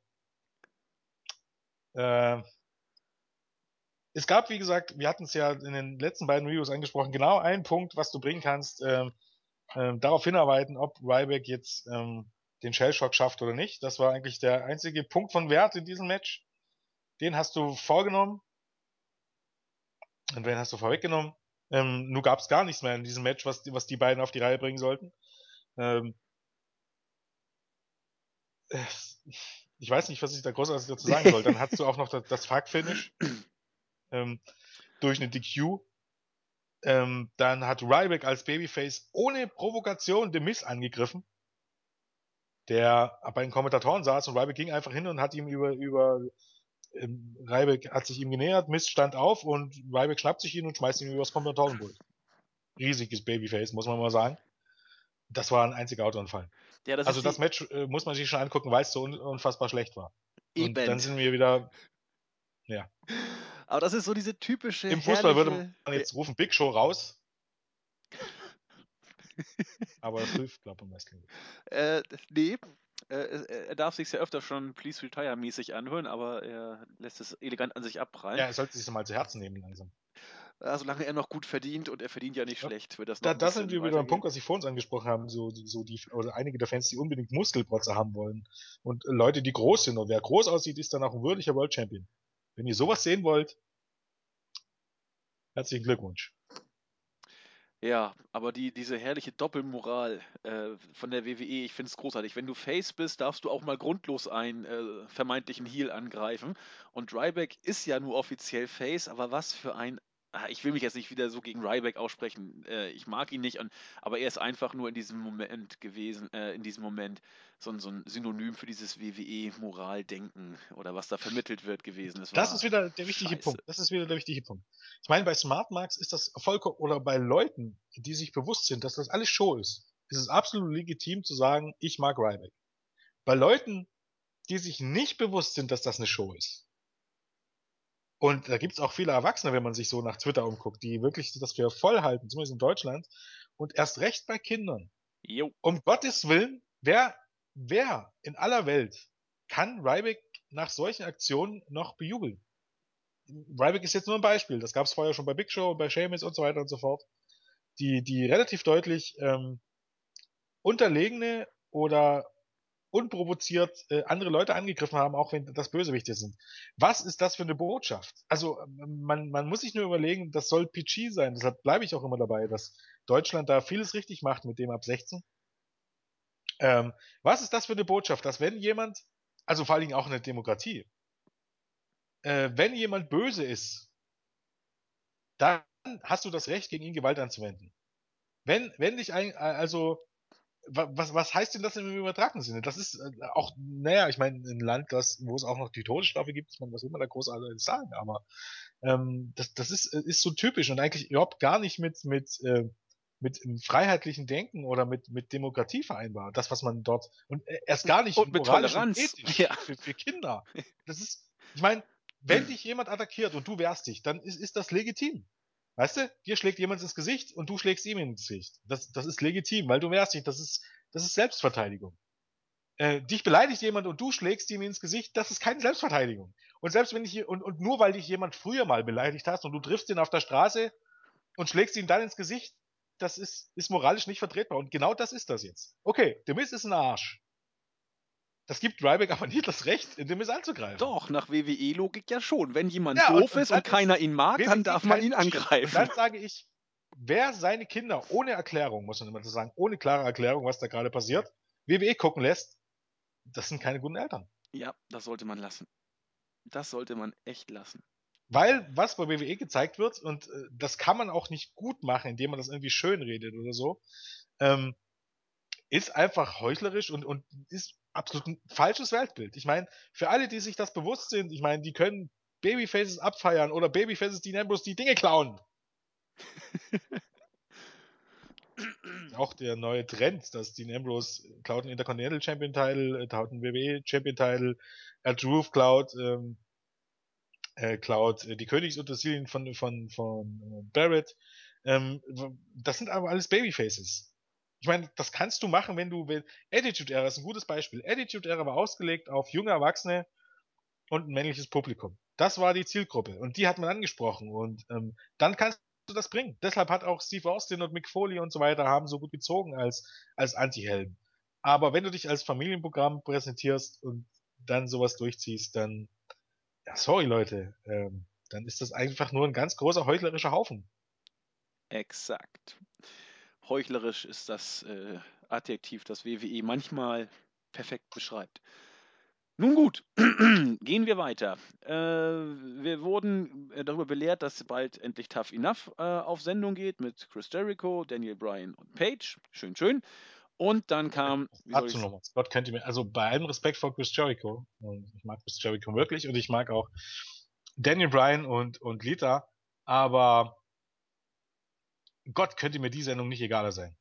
Äh, Es gab, wie gesagt, wir hatten es ja in den letzten beiden Reviews angesprochen, genau einen Punkt, was du bringen kannst, darauf hinarbeiten, ob Ryback jetzt den Shellshock schafft oder nicht. Das war eigentlich der einzige Punkt von Wert in diesem Match. Den hast du vorgenommen und den hast du vorweggenommen. Nun gab es gar nichts mehr in diesem Match, was die beiden auf die Reihe bringen sollten. Ähm, äh, ich weiß nicht, was ich da großartig dazu sagen soll. Dann hast du auch noch das Fuck-Finish ähm, durch eine DQ. Dann hat Ryback als Babyface ohne Provokation The Miz angegriffen, der bei den Kommentatoren saß und Ryback ging einfach hin und hat ihm Ryback hat sich ihm genähert, Miz stand auf und Ryback schnappt sich ihn und schmeißt ihn übers Kommentatorenpult. Riesiges Babyface, muss man mal sagen. Das war ein einziger Autounfall. Ja, das Also ist das die Match muss man sich schon angucken, weil es so unfassbar schlecht war. Und dann eben. sind wir wieder, ja. Aber das ist so diese typische Im Fußball würde herrliche. man jetzt rufen Big Show raus, aber das hilft, glaube ich, im Wrestling nicht. Nee. Er darf sich ja öfter schon Please Retire mäßig anhören, aber er lässt es elegant an sich abprallen. Ja, er sollte sich das mal zu Herzen nehmen langsam. Solange er noch gut verdient und er verdient ja nicht Ja. schlecht, wird das noch Da, ein da sind bisschen wir wieder beim weitergehen. Punkt, was ich vor uns angesprochen habe, oder einige der Fans, die unbedingt Muskelprotze haben wollen. Und Leute, die groß sind. Und wer groß aussieht, ist dann auch ein würdiger World Champion. Wenn ihr sowas sehen wollt, herzlichen Glückwunsch. Ja, aber diese herrliche Doppelmoral von der WWE, ich finde es großartig. Wenn du Face bist, darfst du auch mal grundlos einen vermeintlichen Heel angreifen. Und Ryback ist ja nur offiziell Face, aber was für ein. Ich will mich jetzt nicht wieder so gegen Ryback aussprechen. Ich mag ihn nicht, aber er ist einfach nur in diesem Moment gewesen, in diesem Moment so ein Synonym für dieses WWE-Moraldenken oder was da vermittelt wird gewesen. Es Das ist war wieder der wichtige scheiße. Punkt. Das ist wieder der wichtige Punkt. Ich meine, bei Smart Marks ist das vollkommen, oder bei Leuten, die sich bewusst sind, dass das alles Show ist es absolut legitim zu sagen, ich mag Ryback. Bei Leuten, die sich nicht bewusst sind, dass das eine Show ist. Und da gibt's auch viele Erwachsene, wenn man sich so nach Twitter umguckt, die wirklich das für voll halten, zumindest in Deutschland. Und erst recht bei Kindern. Jo. Um Gottes Willen, wer in aller Welt kann Ryback nach solchen Aktionen noch bejubeln? Ryback ist jetzt nur ein Beispiel. Das gab's vorher schon bei Big Show, bei Sheamus und so weiter und so fort. Die relativ deutlich unterlegene oder unprovoziert andere Leute angegriffen haben, auch wenn das Bösewichte sind. Was ist das für eine Botschaft? Also man muss sich nur überlegen, das soll PG sein. Deshalb bleibe ich auch immer dabei, dass Deutschland da vieles richtig macht mit dem ab 16. Ähm, Was ist das für eine Botschaft, dass wenn jemand, also vor allen Dingen auch eine Demokratie, wenn jemand böse ist, dann hast du das Recht, gegen ihn Gewalt anzuwenden. Wenn dich also was heißt denn das im übertragenen Sinne? Das ist auch, naja, ich meine, ein Land, wo es auch noch die Todesstrafe gibt, ich meine, was will man da großartig sagen, aber das ist so typisch und eigentlich überhaupt gar nicht mit freiheitlichen Denken oder mit Demokratie vereinbar. Das, was man dort, und erst gar nicht Und mit moralisch und Toleranz. Ja. ethisch für Kinder. Das ist, ich meine, wenn dich jemand attackiert und du wehrst dich, dann ist das legitim. Weißt du, dir schlägt jemand ins Gesicht und du schlägst ihm ins Gesicht. Das ist legitim, weil du wehrst dich. Das ist Selbstverteidigung. Dich beleidigt jemand und du schlägst ihm ins Gesicht, das ist keine Selbstverteidigung. Und selbst wenn und nur weil dich jemand früher mal beleidigt hast und du triffst ihn auf der Straße und schlägst ihn dann ins Gesicht, das ist moralisch nicht vertretbar. Und genau das ist das jetzt. Okay, der Mist ist ein Arsch. Das gibt Ryback aber nicht das Recht, in den Mist anzugreifen. Doch, nach WWE-Logik ja schon. Wenn jemand Ja, doof und ist dann und keiner ist ihn mag, dann WWE darf man kein ihn PG. Und angreifen. dann sage ich, wer seine Kinder ohne Erklärung, muss man immer so sagen, ohne klare Erklärung, was da gerade passiert, WWE gucken lässt, das sind keine guten Eltern. Ja, das sollte man lassen. Das sollte man echt lassen. Weil was bei WWE gezeigt wird, und das kann man auch nicht gut machen, indem man das irgendwie schön redet oder so, ähm, ist einfach heuchlerisch und ist absolut ein falsches Weltbild. Ich meine, für alle, die sich das bewusst sind, ich meine, die können Babyfaces abfeiern oder Babyfaces, die Ambrose die Dinge klauen. Auch der neue Trend, dass Dean Ambrose klaut einen Intercontinental Champion Title, klaut einen WWE Champion Title, Drew klaut die Königsutensilien von Barrett. Das sind aber alles Babyfaces. Ich meine, das kannst du machen, wenn du willst. Attitude Era ist ein gutes Beispiel. Attitude Era war ausgelegt auf junge Erwachsene und ein männliches Publikum. Das war die Zielgruppe und die hat man angesprochen und dann kannst du das bringen. Deshalb hat auch Steve Austin und Mick Foley und so weiter haben so gut gezogen als Anti-Helden. Aber wenn du dich als Familienprogramm präsentierst und dann sowas durchziehst, dann, ja, sorry Leute, dann ist das einfach nur ein ganz großer heuchlerischer Haufen. Exakt. Heuchlerisch ist das Adjektiv, das WWE manchmal perfekt beschreibt. Nun gut, gehen wir weiter. Wir wurden darüber belehrt, dass bald endlich Tough Enough auf Sendung geht mit Chris Jericho, Daniel Bryan und Paige. Schön, schön. Und dann kam, wie soll Dazu ich es? nochmal. Gott könnte mir, also bei allem Respekt vor Chris Jericho, und ich mag Chris Jericho wirklich und ich mag auch Daniel Bryan und Lita, aber Gott könnte mir die Sendung nicht egaler sein.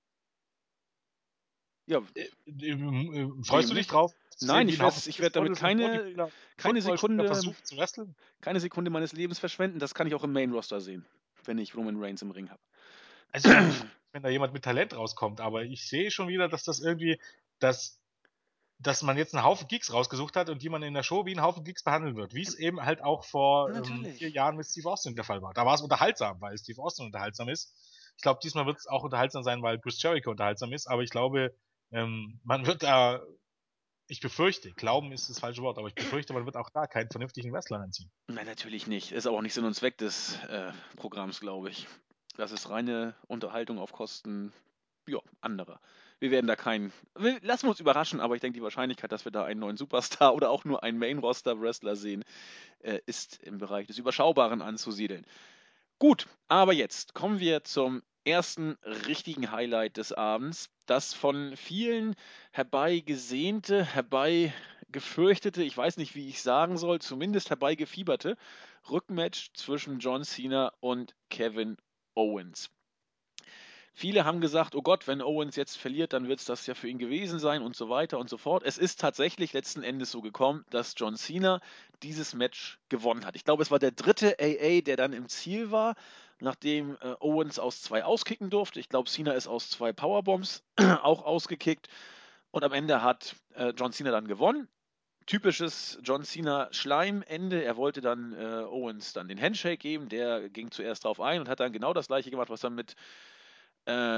Ja, Freust wem du dich nicht? drauf, zu sehen, Nein, wie ein Haufen ich werde damit Fitnessmodels und keine Footballspieler Sekunde, versuchen zu wresteln? keine Sekunde meines Lebens verschwenden. Das kann ich auch im Main Roster sehen, wenn ich Roman Reigns im Ring habe. Also ich meine, ich freue mich, wenn da jemand mit Talent rauskommt, aber ich sehe schon wieder, dass das irgendwie, dass, dass man jetzt einen Haufen Geeks rausgesucht hat und die man in der Show wie einen Haufen Geeks behandeln wird. Wie es eben halt auch vor 4 Natürlich. Jahren mit Steve Austin der Fall war. Da war es unterhaltsam, weil Steve Austin unterhaltsam ist. Ich glaube, diesmal wird es auch unterhaltsam sein, weil Chris Jericho unterhaltsam ist, aber ich glaube, man wird da, ich befürchte, glauben ist das falsche Wort, aber ich befürchte, man wird auch da keinen vernünftigen Wrestler anziehen. Nein, natürlich nicht. Ist aber auch nicht Sinn und Zweck des Programms, glaube ich. Das ist reine Unterhaltung auf Kosten, ja, anderer. Wir werden da keinen. Lassen wir uns überraschen, aber ich denke, die Wahrscheinlichkeit, dass wir da einen neuen Superstar oder auch nur einen Main-Roster-Wrestler sehen, ist im Bereich des Überschaubaren anzusiedeln. Gut, aber jetzt kommen wir zum ersten richtigen Highlight des Abends. Das von vielen herbeigesehnte, herbeigefürchtete, ich weiß nicht, wie ich sagen soll, zumindest herbeigefieberte Rückmatch zwischen John Cena und Kevin Owens. Viele haben gesagt, oh Gott, wenn Owens jetzt verliert, dann wird es das ja für ihn gewesen sein und so weiter und so fort. Es ist tatsächlich letzten Endes so gekommen, dass John Cena dieses Match gewonnen hat. Ich glaube, es war der dritte AA, der dann im Ziel war, nachdem Owens aus 2 auskicken durfte. Ich glaube, Cena ist aus 2 Powerbombs auch ausgekickt. Und am Ende hat John Cena dann gewonnen. Typisches John Cena Schleimende. Er wollte dann Owens dann den Handshake geben. Der ging zuerst drauf ein und hat dann genau das gleiche gemacht, was er mit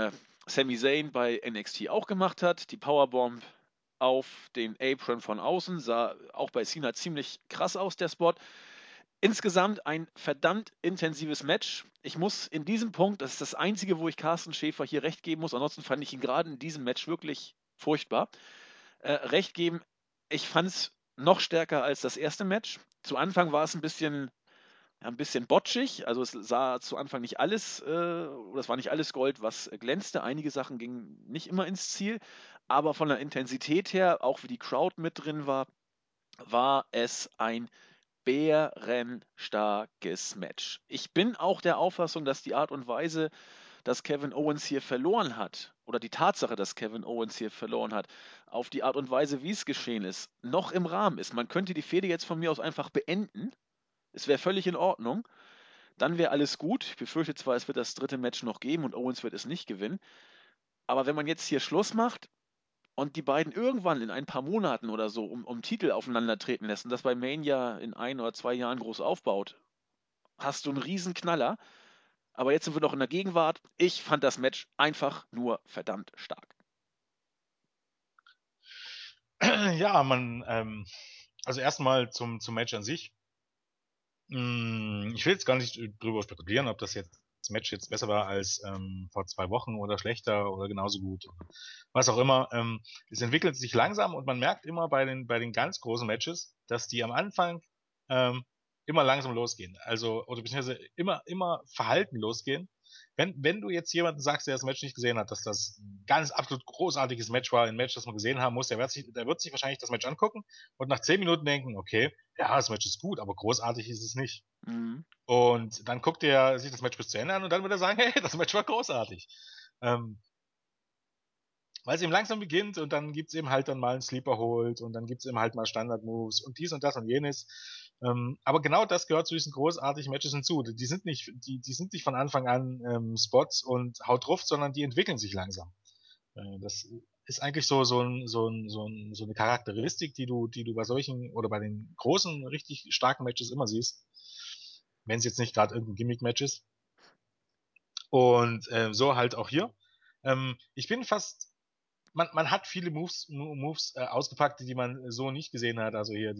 Sami Zayn bei NXT auch gemacht hat. Die Powerbomb auf den Apron von außen sah auch bei Cena ziemlich krass aus, der Spot. Insgesamt ein verdammt intensives Match. Ich muss in diesem Punkt, das ist das Einzige, wo ich Carsten Schäfer hier recht geben muss, ansonsten fand ich ihn gerade in diesem Match wirklich furchtbar, recht geben. Ich fand es noch stärker als das erste Match. Zu Anfang war es ein bisschen botschig, also es sah zu Anfang nicht alles, oder es war nicht alles Gold, was glänzte. Einige Sachen gingen nicht immer ins Ziel, aber von der Intensität her, auch wie die Crowd mit drin war, war es ein bärenstarkes Match. Ich bin auch der Auffassung, dass die Art und Weise, dass Kevin Owens hier verloren hat, oder die Tatsache, dass Kevin Owens hier verloren hat, auf die Art und Weise, wie es geschehen ist, noch im Rahmen ist. Man könnte die Fehde jetzt von mir aus einfach beenden. Es wäre völlig in Ordnung. Dann wäre alles gut. Ich befürchte zwar, es wird das dritte Match noch geben und Owens wird es nicht gewinnen. Aber wenn man jetzt hier Schluss macht und die beiden irgendwann in ein paar Monaten oder so um Titel aufeinandertreten lässt und das bei Mania in 1 oder 2 Jahren groß aufbaut, hast du einen riesen Knaller. Aber jetzt sind wir noch in der Gegenwart. Ich fand das Match einfach nur verdammt stark. Ja, also erstmal zum Match an sich. Ich will jetzt gar nicht drüber spekulieren, ob das Match jetzt besser war als vor 2 Wochen oder schlechter oder genauso gut oder was auch immer. Es entwickelt sich langsam und man merkt immer bei den ganz großen Matches, dass die am Anfang ähm, immer langsam losgehen. Also, oder beziehungsweise immer verhalten losgehen. Wenn du jetzt jemanden sagst, der das Match nicht gesehen hat, dass das ein ganz absolut großartiges Match war, ein Match, das man gesehen haben muss, der wird sich wahrscheinlich das Match angucken und nach 10 Minuten denken, okay, ja, das Match ist gut, aber großartig ist es nicht. Mhm. Und dann guckt er sich das Match bis zu Ende an und dann wird er sagen, hey, das Match war großartig. Ähm, Weil es eben langsam beginnt und dann gibt's eben halt dann mal einen Sleeper Hold und dann gibt's eben halt mal Standard-Moves und dies und das und jenes. Aber genau das gehört zu diesen großartigen Matches hinzu. Die sind nicht von Anfang an Spots und Haut drauf, sondern die entwickeln sich langsam. Das ist eigentlich so eine Charakteristik, die du bei solchen oder bei den großen, richtig starken Matches immer siehst. Wenn es jetzt nicht gerade irgendein Gimmick-Match ist. Und so halt auch hier. Ich bin fast, man hat viele Moves ausgepackt, die man so nicht gesehen hat. Also hier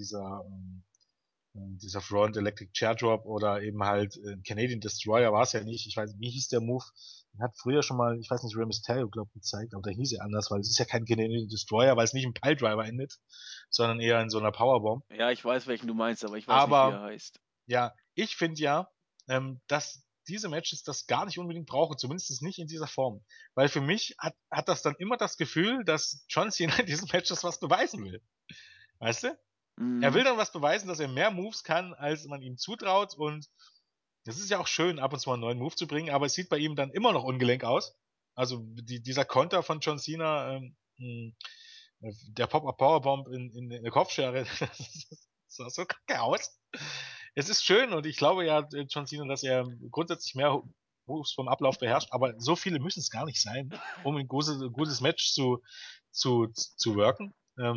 dieser Front Electric Chair Drop oder eben halt Canadian Destroyer war es ja nicht. Ich weiß, wie hieß der Move? Den hat früher schon mal, ich weiß nicht, Rey Mysterio, glaube ich, gezeigt, aber der hieß ja anders, weil es ist ja kein Canadian Destroyer, weil es nicht im Piledriver endet, sondern eher in so einer Powerbomb. Ja, ich weiß, welchen du meinst, aber ich weiß nicht, wie er Aber heißt. ja, ich finde ja, dass diese Matches das gar nicht unbedingt brauchen, zumindest nicht in dieser Form. Weil für mich hat das dann immer das Gefühl, dass John Cena in diesen Matches was beweisen will. Weißt du? Er will Mhm. dann was beweisen, dass er mehr Moves kann, als man ihm zutraut. Und das ist ja auch schön, ab und zu mal einen neuen Move zu bringen, aber es sieht bei ihm dann immer noch ungelenk aus. Also dieser Konter von John Cena, der Pop-Up Powerbomb in der Kopfschere, das sah so kacke aus. Es ist schön und ich glaube ja John Cena, dass er grundsätzlich mehr Moves vom Ablauf beherrscht, aber so viele müssen es gar nicht sein, um ein gutes Match zu worken.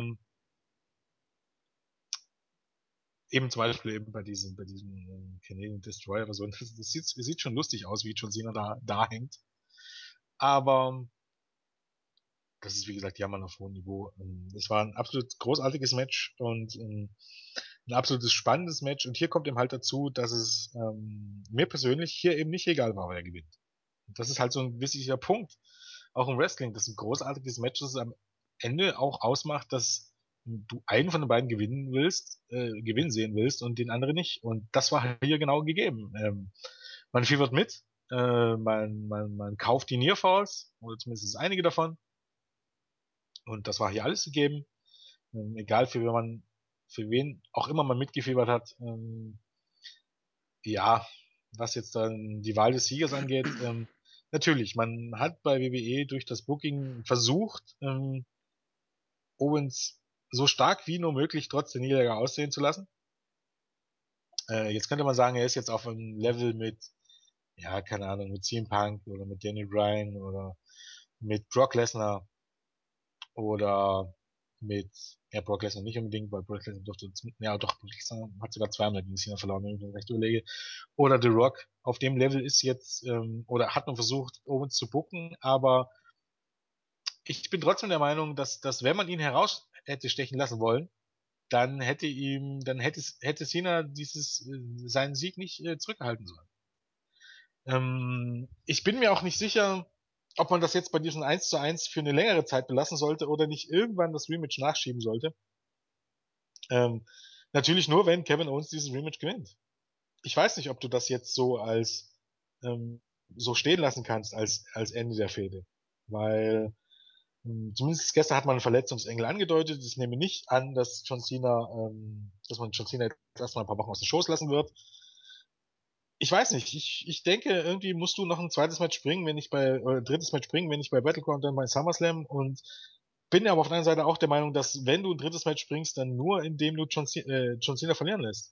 Eben zum Beispiel eben bei diesem Canadian Destroyer oder so. Das sieht schon lustig aus, wie John Cena da hängt. Aber das ist, wie gesagt, Jammern auf hohem Niveau. Es war ein absolut großartiges Match und ein absolutes spannendes Match. Und hier kommt eben halt dazu, dass es mir persönlich hier eben nicht egal war, wer gewinnt. Und das ist halt so ein wichtiger Punkt. Auch im Wrestling, das ist ein großartiges Match, das am Ende auch ausmacht, dass du einen von den beiden gewinnen sehen willst und den anderen nicht. Und das war hier genau gegeben. Man fiebert mit, man kauft die Near Falls, oder zumindest einige davon. Und das war hier alles gegeben. Egal für wen auch immer man mitgefiebert hat. Ja, was jetzt dann die Wahl des Siegers angeht, natürlich, man hat bei WWE durch das Booking versucht, Owens so stark wie nur möglich trotz der Niederlage aussehen zu lassen. Jetzt könnte man sagen, er ist jetzt auf einem Level mit, ja, keine Ahnung, mit CM Punk oder mit Daniel Bryan oder mit Brock Lesnar oder mit, ja, Brock Lesnar nicht unbedingt, weil Brock Lesnar durfte, ja, doch, Brock Lesnar hat sogar zweimal gegen Cena verloren, wenn ich mir recht überlege. Oder The Rock. Auf dem Level ist jetzt, oder hat man versucht, Owens zu booken, aber ich bin trotzdem der Meinung, dass wenn man ihn heraus hätte stechen lassen wollen, dann hätte Cena seinen Sieg nicht zurückhalten sollen. Ich bin mir auch nicht sicher, ob man das jetzt bei diesem 1:1 für eine längere Zeit belassen sollte oder nicht irgendwann das Rematch nachschieben sollte. Ähm, Natürlich nur, wenn Kevin Owens dieses Rematch gewinnt. Ich weiß nicht, ob du das jetzt ähm, so stehen lassen kannst als Ende der Fehde. Weil zumindest gestern hat man einen Verletzungsengel angedeutet. Ich nehme nicht an, dass man John Cena jetzt erstmal ein paar Wochen aus dem Schoß lassen wird. Ich weiß nicht. Ich denke, irgendwie musst du noch ein zweites Match bringen, oder ein drittes Match bringen, wenn nicht bei Battleground, dann bei SummerSlam. Und bin aber auf der anderen Seite auch der Meinung, dass wenn du ein drittes Match bringst, dann nur indem du John Cena verlieren lässt.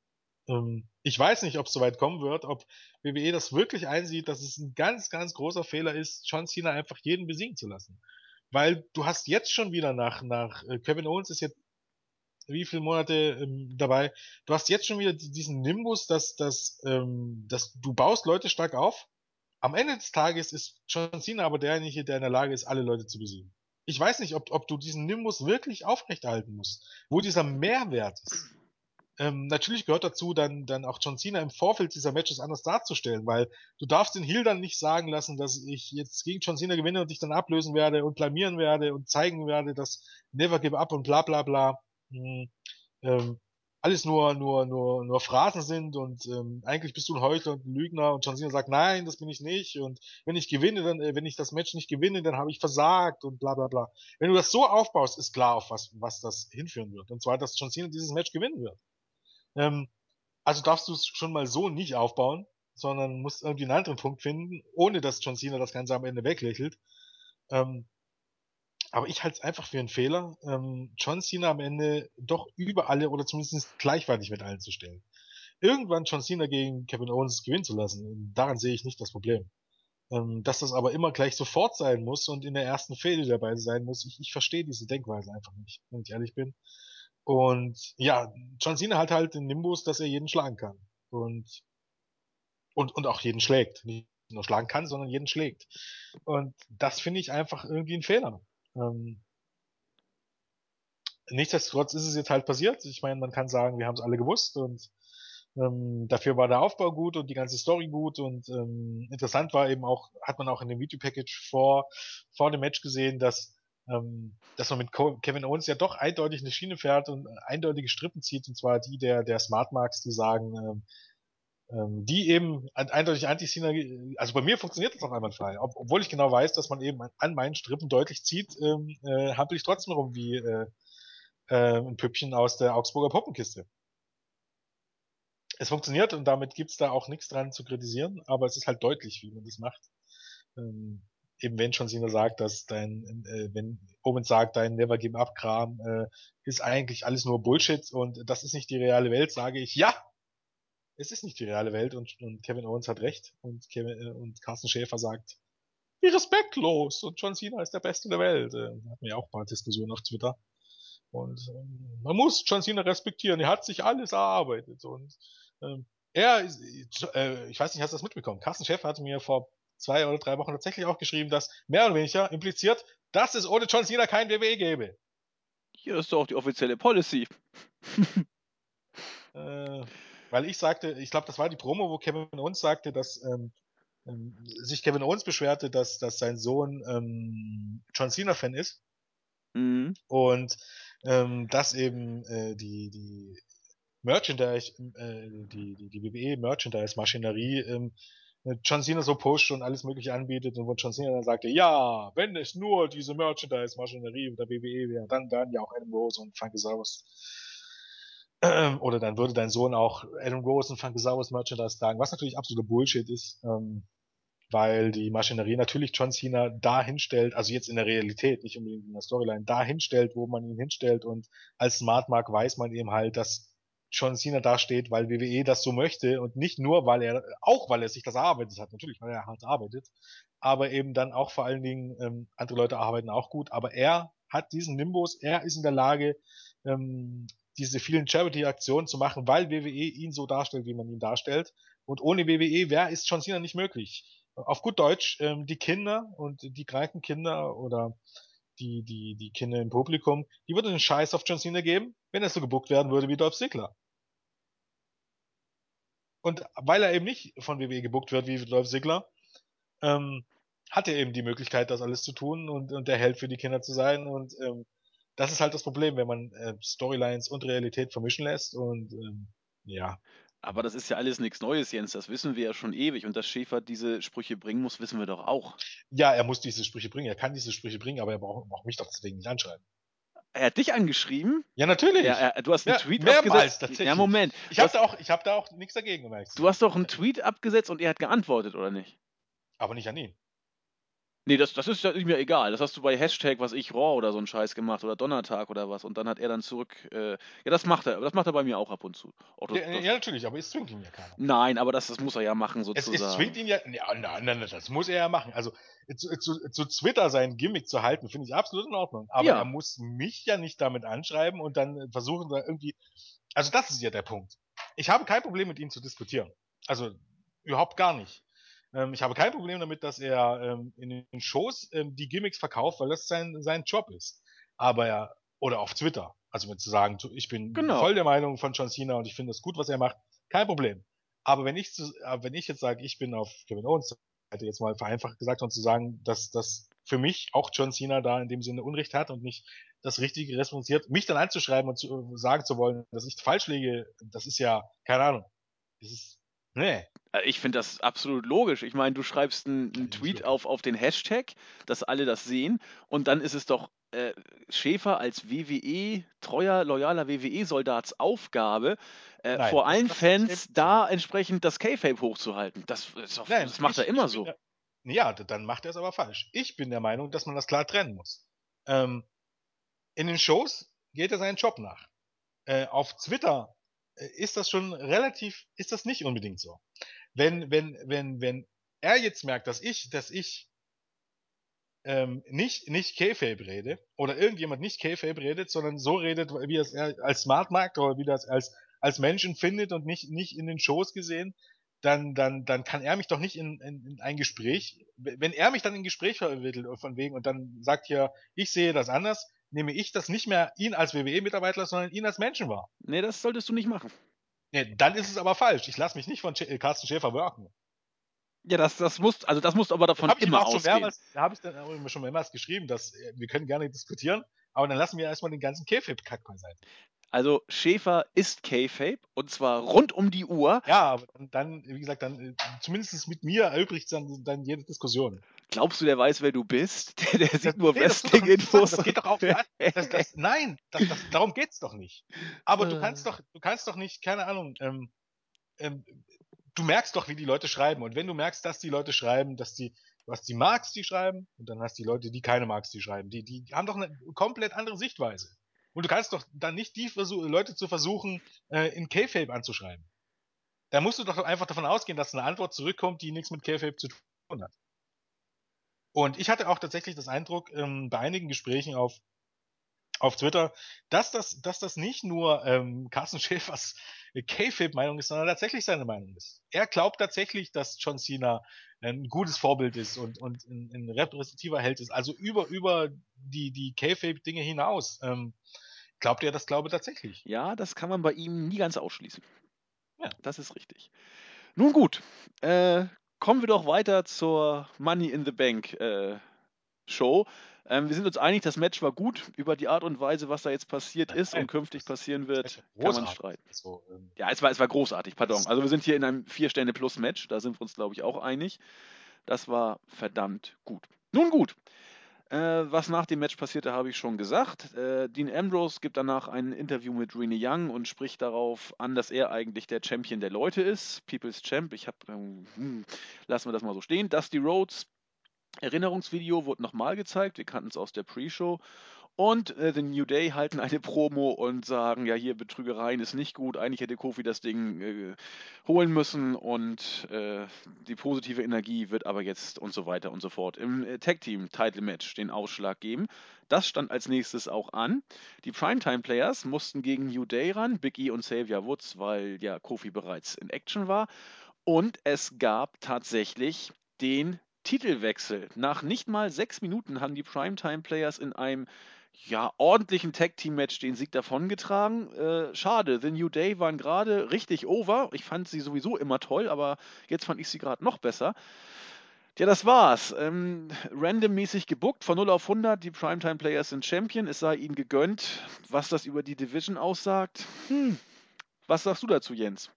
Ich weiß nicht, ob es soweit kommen wird, ob WWE das wirklich einsieht, dass es ein ganz, ganz großer Fehler ist, John Cena einfach jeden besiegen zu lassen. Weil du hast jetzt schon wieder Kevin Owens ist jetzt wie viele Monate dabei, du hast jetzt schon wieder diesen Nimbus, dass du baust Leute stark auf. Am Ende des Tages ist John Cena aber derjenige, der in der Lage ist, alle Leute zu besiegen. Ich weiß nicht, ob du diesen Nimbus wirklich aufrechterhalten musst, wo dieser Mehrwert ist. Natürlich gehört dazu, dann auch John Cena im Vorfeld dieser Matches anders darzustellen, weil du darfst den Heel dann nicht sagen lassen, dass ich jetzt gegen John Cena gewinne und dich dann ablösen werde und blamieren werde und zeigen werde, dass Never Give Up und bla bla bla hm, ähm, alles nur Phrasen sind und eigentlich bist du ein Heuchler und ein Lügner und John Cena sagt, nein, das bin ich nicht und wenn ich das Match nicht gewinne, dann habe ich versagt und bla bla bla. Wenn du das so aufbaust, ist klar, auf was das hinführen wird. Und zwar, dass John Cena dieses Match gewinnen wird. Ähm, also darfst du es schon mal so nicht aufbauen, sondern musst irgendwie einen anderen Punkt finden, ohne dass John Cena das Ganze am Ende weglächelt. Ähm, aber ich halte es einfach für einen Fehler, John Cena am Ende doch über alle oder zumindest gleichwertig mit allen zu stellen. Irgendwann John Cena gegen Kevin Owens gewinnen zu lassen, daran sehe ich nicht das Problem. Dass das aber immer gleich sofort sein muss und in der ersten Fehde dabei sein muss, ich verstehe diese Denkweise einfach nicht, wenn ich ehrlich bin. Und ja, John Cena hat halt den Nimbus, dass er jeden schlagen kann. Und, und auch jeden schlägt. Nicht nur schlagen kann, sondern jeden schlägt. Und das finde ich einfach irgendwie ein Fehler. Ähm, Nichtsdestotrotz ist es jetzt halt passiert. Ich meine, man kann sagen, wir haben es alle gewusst und dafür war der Aufbau gut und die ganze Story gut und interessant war eben auch, hat man auch in dem Videopackage vor dem Match gesehen, dass man mit Kevin Owens ja doch eindeutig eine Schiene fährt und eindeutige Strippen zieht, und zwar die der Smart Marks, die sagen, die eben eindeutig Anti-Cena, also bei mir funktioniert das auch einwandfrei, obwohl ich genau weiß, dass man eben an meinen Strippen deutlich zieht, hampel ich trotzdem rum wie ein Püppchen aus der Augsburger Puppenkiste. Es funktioniert und damit gibt's da auch nichts dran zu kritisieren, aber es ist halt deutlich, wie man das macht. Ähm, Eben wenn schon Cena sagt, wenn Owens sagt, dein Never Give Up Kram ist eigentlich alles nur Bullshit und das ist nicht die reale Welt, sage ich, ja, es ist nicht die reale Welt und Kevin Owens hat recht und Carsten Schäfer sagt, wie respektlos und John Cena ist der Beste der Welt. Hatten wir auch ein paar Diskussionen auf Twitter. Und man muss John Cena respektieren. Er hat sich alles erarbeitet. Und ähm, ich weiß nicht, hast du das mitbekommen? Carsten Schäfer hatte mir vor 2 oder 3 Wochen tatsächlich auch geschrieben, dass mehr oder weniger impliziert, dass es ohne John Cena kein WWE gäbe. Hier ist doch auch die offizielle Policy. Äh, Weil ich sagte, ich glaube, das war die Promo, wo Kevin Owens sagte, dass sich Kevin Owens beschwerte, dass sein Sohn John Cena-Fan ist Mhm. und dass eben die Merchandise, die WWE-Merchandise-Maschinerie John Cena so pusht und alles Mögliche anbietet und wo John Cena dann sagte, ja, wenn es nur diese Merchandise-Maschinerie der WWE wäre, dann ja auch Adam Rose und Funkasaurus. Oder dann würde dein Sohn auch Adam Rose und Funkasaurus Merchandise tragen, was natürlich absoluter Bullshit ist, weil die Maschinerie natürlich John Cena da hinstellt, also jetzt in der Realität, nicht unbedingt in der Storyline, da hinstellt, wo man ihn hinstellt und als Smart Mark weiß man eben halt, dass John Cena da steht, weil WWE das so möchte und nicht nur, weil er sich das erarbeitet hat, natürlich, weil er hart arbeitet, aber eben dann auch vor allen Dingen, andere Leute arbeiten auch gut, aber er hat diesen Nimbus, er ist in der Lage, ähm, diese vielen Charity-Aktionen zu machen, weil WWE ihn so darstellt, wie man ihn darstellt. Und ohne WWE ist John Cena nicht möglich. auf gut Deutsch, die Kinder und die kranken Kinder oder die Kinder im Publikum, die würden einen Scheiß auf John Cena geben, wenn er so gebuckt werden würde wie Dolph Ziggler. Und weil er eben nicht von WWE gebuckt wird wie Dolph Ziggler, ähm, hat er eben die Möglichkeit, das alles zu tun und der Held für die Kinder zu sein. Und das ist halt das Problem, wenn man Storylines und Realität vermischen lässt. Und ja, Aber das ist ja alles nichts Neues, Jens, das wissen wir ja schon ewig. Und dass Schäfer diese Sprüche bringen muss, wissen wir doch auch. ja, er muss diese Sprüche bringen, er kann diese Sprüche bringen, aber er braucht mich doch deswegen nicht anschreiben. Er hat dich angeschrieben? Ja, natürlich. Du hast einen Ja, Tweet abgesetzt. mehrmals Ja, tatsächlich. Moment. Ich hab da auch nichts dagegen, um ehrlich zu Du sein. hast doch einen Tweet abgesetzt und er hat geantwortet, oder nicht? Aber nicht an ihn. Nee, das ist ja mir egal. Das hast du bei Hashtag, was ich, Raw oder so einen Scheiß gemacht oder Donnertag oder was. Und dann hat er dann zurück. Ja, das macht er. Das macht er bei mir auch ab und zu. Auch Ja, ja, natürlich, aber es zwingt ihn ja keiner. Nein, aber das muss er ja machen, Es zwingt sozusagen. ihn ja, nein, das muss er ja machen. Also zu Twitter sein Gimmick zu halten, finde ich absolut in Ordnung. Aber er Ja, muss mich ja nicht damit anschreiben und dann versuchen, da irgendwie. Also das ist ja der Punkt. Ich habe kein Problem mit ihm zu diskutieren. Also überhaupt gar nicht. Ich habe kein Problem damit, dass er in den Shows die Gimmicks verkauft, weil das sein Job ist. Aber oder auf Twitter. Also mit zu sagen, ich bin genau. voll der Meinung von John Cena und ich finde das gut, was er macht, kein Problem. Aber wenn ich jetzt sage, ich bin auf Kevin Owens Seite, jetzt mal vereinfacht gesagt, und zu sagen, dass das für mich auch John Cena da in dem Sinne Unrecht hat und nicht das Richtige responsiert, mich dann anzuschreiben und sagen zu wollen, dass ich falsch liege, das ist ja, keine Ahnung. Das ist, nee, Ich finde das absolut logisch. Ich meine, du schreibst einen nicht Tweet wirklich. auf den Hashtag, dass alle das sehen. Und dann ist es doch Schäfer als WWE, treuer, loyaler WWE-Soldats Aufgabe, Nein, vor allen das habe ich eben Fans gesagt. da entsprechend das K-Fape hochzuhalten. Nein, Das macht er immer ich bin so. der, ja, dann macht er es aber falsch. Ich bin der Meinung, dass man das klar trennen muss. Ähm, in den Shows geht er seinen Job nach. Auf Twitter ist das nicht unbedingt so. Wenn er jetzt merkt, dass ich nicht Kayfabe rede oder irgendjemand nicht Kayfabe redet, sondern so redet, wie er als Smart mag oder wie das als Mensch empfindet und nicht in den Shows gesehen, dann kann er mich doch nicht in ein Gespräch, wenn er mich dann in ein Gespräch verwickelt von wegen und dann sagt hier, ich sehe das anders, nehme ich das nicht mehr ihn als WWE-Mitarbeiter, sondern ihn als Menschen wahr. Nee, das solltest du nicht machen. Nee, dann ist es aber falsch. Ich lasse mich nicht von Carsten Schäfer worken. Ja, das musst du aber Das davon habe ich ihm immer auch schon ausgehen. mehrmals, da habe ich dann auch immer schon mehrmals geschrieben, dass wir können gerne diskutieren, aber dann lassen wir erstmal den ganzen Käfig-Kack beiseite. Also Schäfer ist K-Fape und zwar rund um die Uhr. Ja, aber dann wie gesagt, dann zumindest mit mir erübrigt dann jede Diskussion. Glaubst du, der weiß, wer du bist? Der sieht nur Nee, das tut doch nichts zur Sache. Wrestling-Infos Das geht und doch auch gar nein, darum geht's doch nicht. Aber äh, du kannst doch nicht, keine Ahnung, ähm, du merkst doch, wie die Leute schreiben. Und wenn du merkst, dass die Leute schreiben, du hast die Marks, die schreiben, und dann hast die Leute, die keine Marks, die schreiben. Die haben doch eine komplett andere Sichtweise. Und du kannst doch dann nicht Leute zu versuchen, in K-Fape anzuschreiben. Da musst du doch einfach davon ausgehen, dass eine Antwort zurückkommt, die nichts mit K-Fape zu tun hat. Und ich hatte auch tatsächlich das Eindruck, bei einigen Gesprächen auf Twitter, dass das nicht nur Carsten Schäfers K-Fape-Meinung ist, sondern tatsächlich seine Meinung ist. Er glaubt tatsächlich, dass John Cena ein gutes Vorbild ist und ein repräsentativer Held ist. Also über die K-Fape-Dinge hinaus. Glaubt er das Glaube tatsächlich? ja, das kann man bei ihm nie ganz ausschließen. Ja. Das ist richtig. Nun gut, äh, kommen wir doch weiter zur Money in the Bank Show. Wir sind uns einig, das Match war gut. Über die Art und Weise, was da jetzt passiert ist und Nein, künftig passieren das Match wird, war kann man großartig. streiten. Also, Ja, es war großartig, pardon. das, Also wir sind hier in einem 4-Sterne-Plus-Match, da sind wir uns, glaube ich, auch einig. Das war verdammt gut. Nun gut, was nach dem Match passierte, habe ich schon gesagt. Dean Ambrose gibt danach ein Interview mit Rene Young und spricht darauf an, dass er eigentlich der Champion der Leute ist. People's Champ. Lassen wir das mal so stehen. Dusty Rhodes Erinnerungsvideo wurde nochmal gezeigt. Wir kannten es aus der Pre-Show. Und The New Day halten eine Promo und sagen, ja, hier Betrügereien ist nicht gut. Eigentlich hätte Kofi das Ding holen müssen und die positive Energie wird aber jetzt und so weiter und so fort im Tag Team Title Match den Ausschlag geben. Das stand als nächstes auch an. Die Primetime Players mussten gegen New Day ran, Big E und Xavier Woods, weil ja Kofi bereits in Action war. Und es gab tatsächlich den Titelwechsel. Nach nicht mal 6 Minuten haben die Primetime-Players in einem ordentlichen Tag-Team-Match den Sieg davongetragen. Schade, The New Day waren gerade richtig over. Ich fand sie sowieso immer toll, aber jetzt fand ich sie gerade noch besser. Ja, das war's. Randommäßig gebuckt, von 0 auf 100. Die Primetime Players sind Champion. Es sei ihnen gegönnt. Was das über die Division aussagt? Was sagst du dazu, Jens?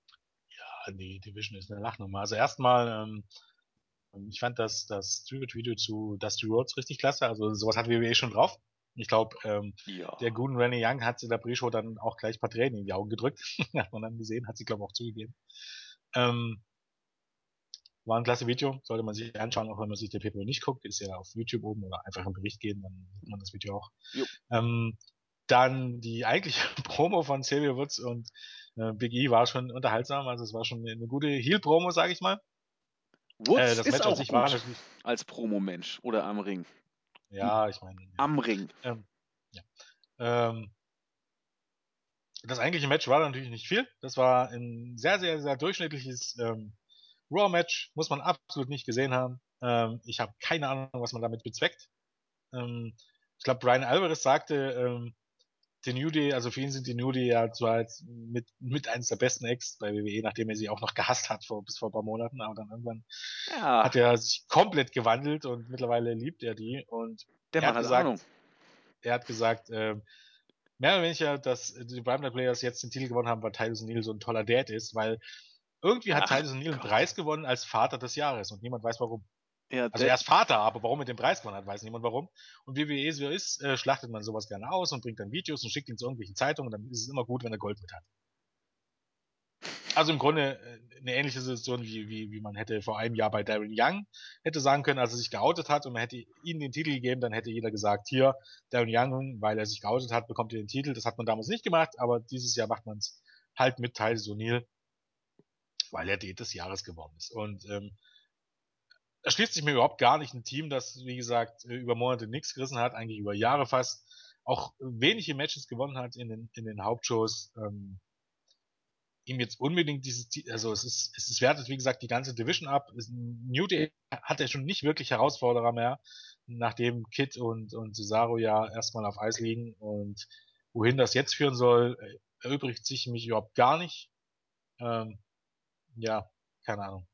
Die Division ist eine Lachnummer. Also erstmal, ich fand das Tribute-Video zu Dusty Rhodes richtig klasse. Also sowas hat WWE schon drauf. Ich glaube, der Ja. guten Renee Young hat in der Pre-Show dann auch gleich ein paar Tränen in die Augen gedrückt. Hat man dann gesehen, hat sie, glaube ich, auch zugegeben. Ähm, War ein klasse Video, sollte man sich anschauen, auch wenn man sich der PPO nicht guckt. Ist ja auf YouTube oben oder einfach im Bericht gehen, dann sieht man das Video auch. Jo. Ähm, Dann die eigentliche Promo von Xavier Woods und Big E war schon unterhaltsam. Also es war schon eine gute Heel-Promo, sage ich mal. Woods Das ist Match an auch sich war gut natürlich, als Promomensch oder am Ring. ja, ich meine, ja. Am Ring. Ja. Ähm, Das eigentliche Match war natürlich nicht viel. Das war ein sehr, sehr, sehr durchschnittliches Raw-Match. Muss man absolut nicht gesehen haben. Ich habe keine Ahnung, was man damit bezweckt. Ähm, Ich glaube, Brian Alvarez sagte, die New Day, also für ihn sind die New Day ja zwar jetzt mit eines der besten Acts bei WWE, nachdem er sie auch noch gehasst hat bis vor ein paar Monaten, aber dann irgendwann Ja, hat er sich komplett gewandelt und mittlerweile liebt er die. Und der Mann hat Ahnung. er hat gesagt, mehr oder weniger, dass die Primetime Players jetzt den Titel gewonnen haben, weil Titus O'Neil so ein toller Dad ist, weil irgendwie hat Ach Titus O'Neil einen Gott. Preis gewonnen als Vater des Jahres und niemand weiß warum. Ja, Also er ist Vater, aber warum er den Preis gewonnen hat, weiß niemand warum. Und wie WWE so ist, schlachtet man sowas gerne aus und bringt dann Videos und schickt ihn zu irgendwelchen Zeitungen und dann ist es immer gut, wenn er Gold mit hat. Also im Grunde eine ähnliche Situation, wie man hätte vor einem Jahr bei Darren Young hätte sagen können, als er sich geoutet hat und man hätte ihm den Titel gegeben, dann hätte jeder gesagt, hier, Darren Young, weil er sich geoutet hat, bekommt ihr den Titel. Das hat man damals nicht gemacht, aber dieses Jahr macht man es halt mit Titus O'Neil, weil er Date des Jahres geworden ist. Und da schließt sich mir überhaupt gar nicht ein Team, das, wie gesagt, über Monate nichts gerissen hat, eigentlich über Jahre fast, auch wenige Matches gewonnen hat in den Hauptshows. Ihm jetzt unbedingt also es wertet, wie gesagt, die ganze Division ab. New Day hat ja schon nicht wirklich Herausforderer mehr, nachdem Kid und Cesaro ja erstmal auf Eis liegen und wohin das jetzt führen soll, erübrigt sich mich überhaupt gar nicht. Ähm, ja, keine Ahnung.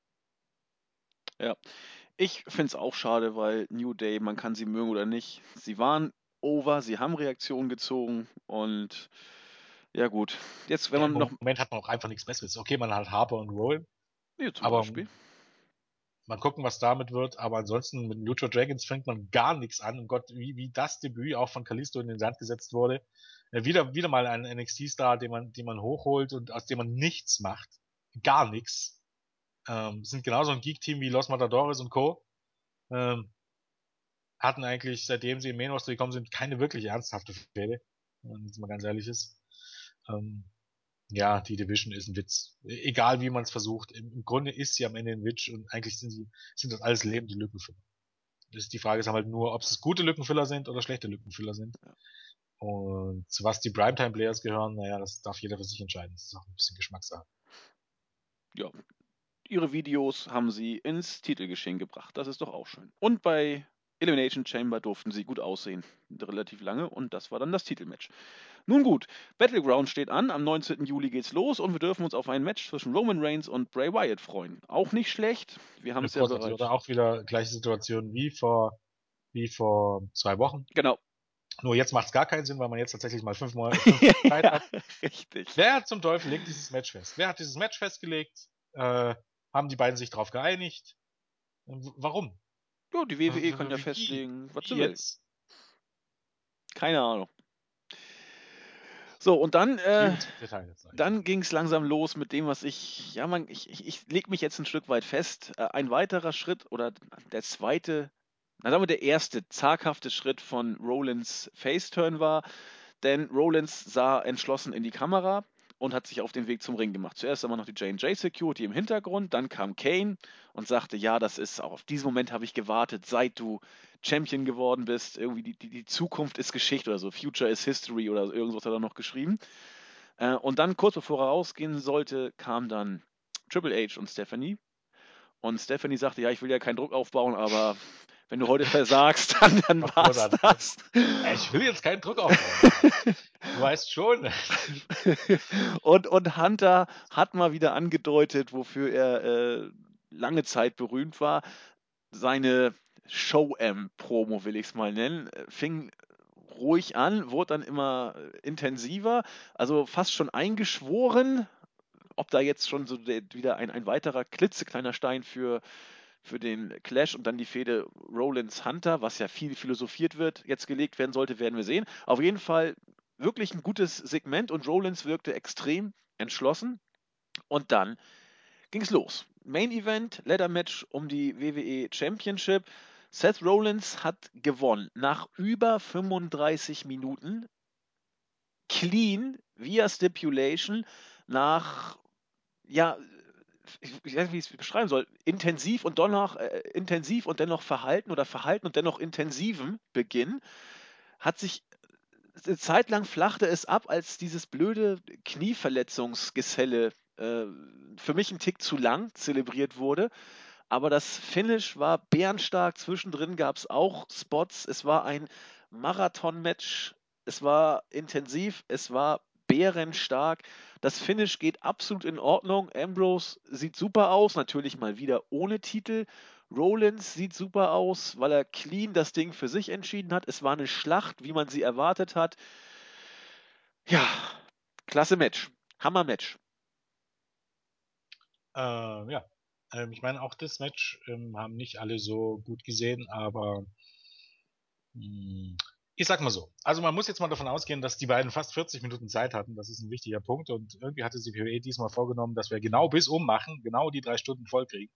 Ja. Ich finde es auch schade, weil New Day, man kann sie mögen oder nicht, sie waren over, sie haben Reaktionen gezogen und ja gut. Jetzt, wenn Ja, im man noch, Moment hat man auch einfach nichts Besseres. Okay, man hat Harper und Rowan, hier zum aber Beispiel, mal gucken, was damit wird. Aber ansonsten mit Lucha Dragons fängt man gar nichts an. Und Gott, wie das Debüt auch von Kalisto in den Sand gesetzt wurde. Wieder mal ein NXT-Star, den man hochholt und aus dem man nichts macht. Gar nichts. Sind genauso ein Geek-Team wie Los Matadores und Co. Ähm, Hatten eigentlich, seitdem sie im Main Roster gekommen sind, keine wirklich ernsthafte Fehde. Wenn man jetzt mal ganz ehrlich ist. Ähm, ja, die Division ist ein Witz. Egal wie man es versucht. Im Grunde ist sie am Ende ein Witz und eigentlich sind das alles lebende Lückenfüller. Die Frage ist halt nur, ob es gute Lückenfüller sind oder schlechte Lückenfüller sind. Und zu was die Primetime-Players gehören, naja, das darf jeder für sich entscheiden. Das ist auch ein bisschen Geschmackssache. ja, ihre Videos haben sie ins Titelgeschehen gebracht. Das ist doch auch schön. Und bei Elimination Chamber durften sie gut aussehen. Relativ lange und das war dann das Titelmatch. Nun gut, Battleground steht an. Am 19. Juli geht's los und wir dürfen uns auf ein Match zwischen Roman Reigns und Bray Wyatt freuen. Auch nicht schlecht. Wir haben es ja Großartig. Oder bereits. auch wieder gleiche Situation wie vor 2 Wochen. Genau. Nur jetzt macht es gar keinen Sinn, weil man jetzt tatsächlich mal 5 Wochen Zeit Ja, hat. richtig. Wer zum Teufel legt dieses Match fest? Wer hat dieses Match festgelegt? Haben die beiden sich darauf geeinigt? Warum? Ja, die WWE kann ja festlegen, was Wie sie will. jetzt? Keine Ahnung. So, und dann, Viel zu Detail, sag ich mal. dann ging es langsam los mit dem, was ich lege mich jetzt ein Stück weit fest. Ein weiterer Schritt oder der zweite, na sagen wir der erste zaghafte Schritt von Rollins Faceturn war, denn Rollins sah entschlossen in die Kamera und hat sich auf den Weg zum Ring gemacht. Zuerst haben wir noch die J&J Security im Hintergrund, dann kam Kane und sagte, ja, das ist auch auf diesen Moment habe ich gewartet, seit du Champion geworden bist. Irgendwie die Zukunft ist Geschichte oder so, Future is History oder so, irgendwas hat er noch geschrieben. Und dann kurz bevor er rausgehen sollte, kam dann Triple H und Stephanie Und Stephanie sagte, ja, ich will ja keinen Druck aufbauen, aber wenn du heute versagst, dann Ach, war's großartig. das. Ich will jetzt keinen Druck aufbauen, aber du weißt schon. Und Hunter hat mal wieder angedeutet, wofür er lange Zeit berühmt war. Seine Show-M-Promo, will ich es mal nennen, fing ruhig an, wurde dann immer intensiver, also fast schon eingeschworen. Ob da jetzt schon so wieder ein weiterer klitzekleiner Stein für den Clash und dann die Fehde Rollins-Hunter, was ja viel philosophiert wird, jetzt gelegt werden sollte, werden wir sehen. Auf jeden Fall wirklich ein gutes Segment und Rollins wirkte extrem entschlossen. Und dann ging es los. Main Event, Ladder Match um die WWE Championship. Seth Rollins hat gewonnen nach über 35 Minuten. Clean, via Stipulation, nach, ja, ich weiß nicht, wie ich es beschreiben soll, intensiv und dennoch verhalten oder verhalten und dennoch intensivem Beginn, hat sich eine Zeit lang flachte es ab, als dieses blöde Knieverletzungsgeselle für mich ein Tick zu lang zelebriert wurde. Aber das Finish war bärenstark. Zwischendrin gab es auch Spots. Es war ein Marathon-Match. Es war intensiv. Es war bärenstark. Das Finish geht absolut in Ordnung. Ambrose sieht super aus. Natürlich mal wieder ohne Titel. Rollins sieht super aus, weil er clean das Ding für sich entschieden hat. Es war eine Schlacht, wie man sie erwartet hat. Ja, klasse Match. Hammer-Match. Ja. Ich meine, auch das Match haben nicht alle so gut gesehen, aber mh, ich sag mal so. Also man muss jetzt mal davon ausgehen, dass die beiden fast 40 Minuten Zeit hatten. Das ist ein wichtiger Punkt. Und irgendwie hatte sich WWE diesmal vorgenommen, dass wir genau bis machen, genau die 3 Stunden voll kriegen.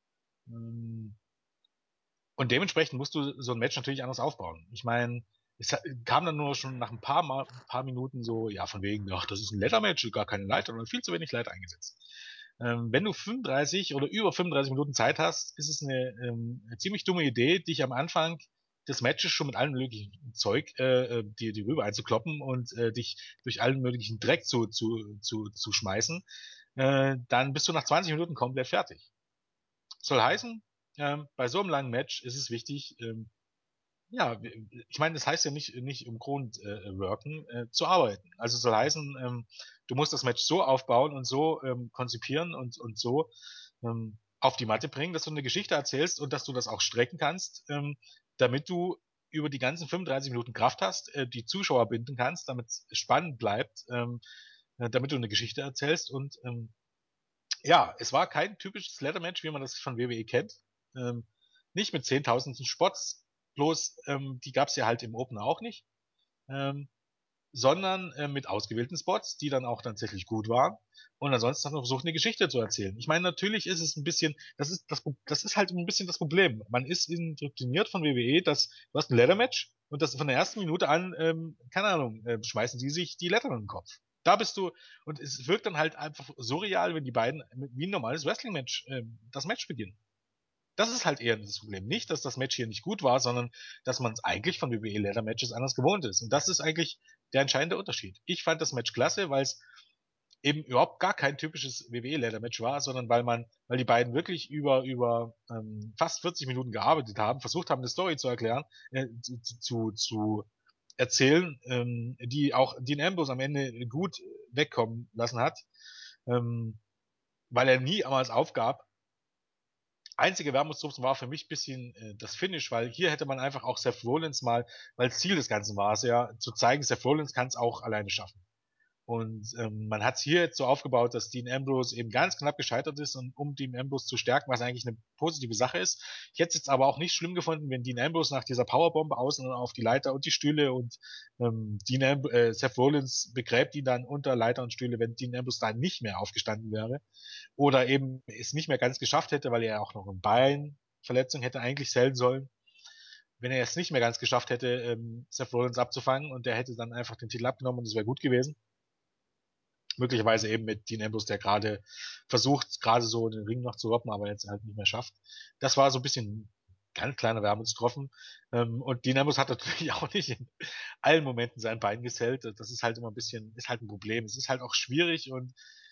Mm, Und dementsprechend musst du so ein Match natürlich anders aufbauen. Ich meine, kam dann nur schon nach paar Minuten so, ja, von wegen, ach, das ist ein Leiter-Match, gar keine Leiter und viel zu wenig Leiter eingesetzt. Wenn du 35 oder über 35 Minuten Zeit hast, ist es eine ziemlich dumme Idee, dich am Anfang des Matches schon mit allem möglichen Zeug die rüber einzukloppen und dich durch allen möglichen Dreck zu schmeißen. Dann bist du nach 20 Minuten komplett fertig. Soll heißen, bei so einem langen Match ist es wichtig, ja, ich meine, das heißt ja nicht im Grund worken, zu arbeiten. Also soll heißen, du musst das Match so aufbauen und so konzipieren und so auf die Matte bringen, dass du eine Geschichte erzählst und dass du das auch strecken kannst, damit du über die ganzen 35 Minuten Kraft hast, die Zuschauer binden kannst, damit es spannend bleibt, damit du eine Geschichte erzählst und ja, es war kein typisches Ladder-Match, wie man das von WWE kennt. Ähm, Nicht mit zehntausenden Spots, bloß die gab es ja halt im Opener auch nicht, ähm, sondern mit ausgewählten Spots, die dann auch tatsächlich gut waren. Und ansonsten hat man versucht, eine Geschichte zu erzählen. Ich meine, natürlich ist es ein bisschen, das ist halt ein bisschen das Problem. Man ist indoktriniert von WWE, dass du hast ein Ladder-Match und das von der ersten Minute an, keine Ahnung, schmeißen die sich die Letter in den Kopf. Da bist du, und es wirkt dann halt einfach surreal, wenn die beiden wie ein normales Wrestling-Match das Match beginnen. Das ist halt eher das Problem. Nicht, dass das Match hier nicht gut war, sondern dass man es eigentlich von WWE Leather Matches anders gewohnt ist. Und das ist eigentlich der entscheidende Unterschied. Ich fand das Match klasse, weil es eben überhaupt gar kein typisches WWE Leather Match war, sondern weil die beiden wirklich über fast 40 Minuten gearbeitet haben, versucht haben, eine Story zu erklären, zu erzählen, die auch Dean Ambrose am Ende gut wegkommen lassen hat, ähm, weil er nie einmal aufgab. Einzige Wermutstropfen war für mich ein bisschen das Finish, weil hier hätte man einfach auch Seth Rollins mal, weil Ziel des Ganzen war es ja, zu zeigen, Seth Rollins kann es auch alleine schaffen. Und man hat es hier jetzt so aufgebaut, dass Dean Ambrose eben ganz knapp gescheitert ist und um Dean Ambrose zu stärken, was eigentlich eine positive Sache ist. Ich hätte es jetzt aber auch nicht schlimm gefunden, wenn Dean Ambrose nach dieser Powerbomb außen auf die Leiter und die Stühle und Seth Rollins begräbt ihn dann unter Leiter und Stühle, wenn Dean Ambrose da nicht mehr aufgestanden wäre oder eben es nicht mehr ganz geschafft hätte, weil er auch noch eine Beinverletzung hätte eigentlich sellen sollen. Wenn er es nicht mehr ganz geschafft hätte, Seth Rollins abzufangen und der hätte dann einfach den Titel abgenommen und es wäre gut gewesen. Möglicherweise eben mit Dean Ambrose, der gerade versucht, gerade so den Ring noch zu roppen, aber jetzt halt nicht mehr schafft. Das war so ein bisschen ganz kleiner Wermutstropfen. Und Dean Ambrose hat natürlich auch nicht in allen Momenten sein Bein gesellt. Das ist halt immer ein bisschen, ist halt ein Problem. Es ist halt auch schwierig und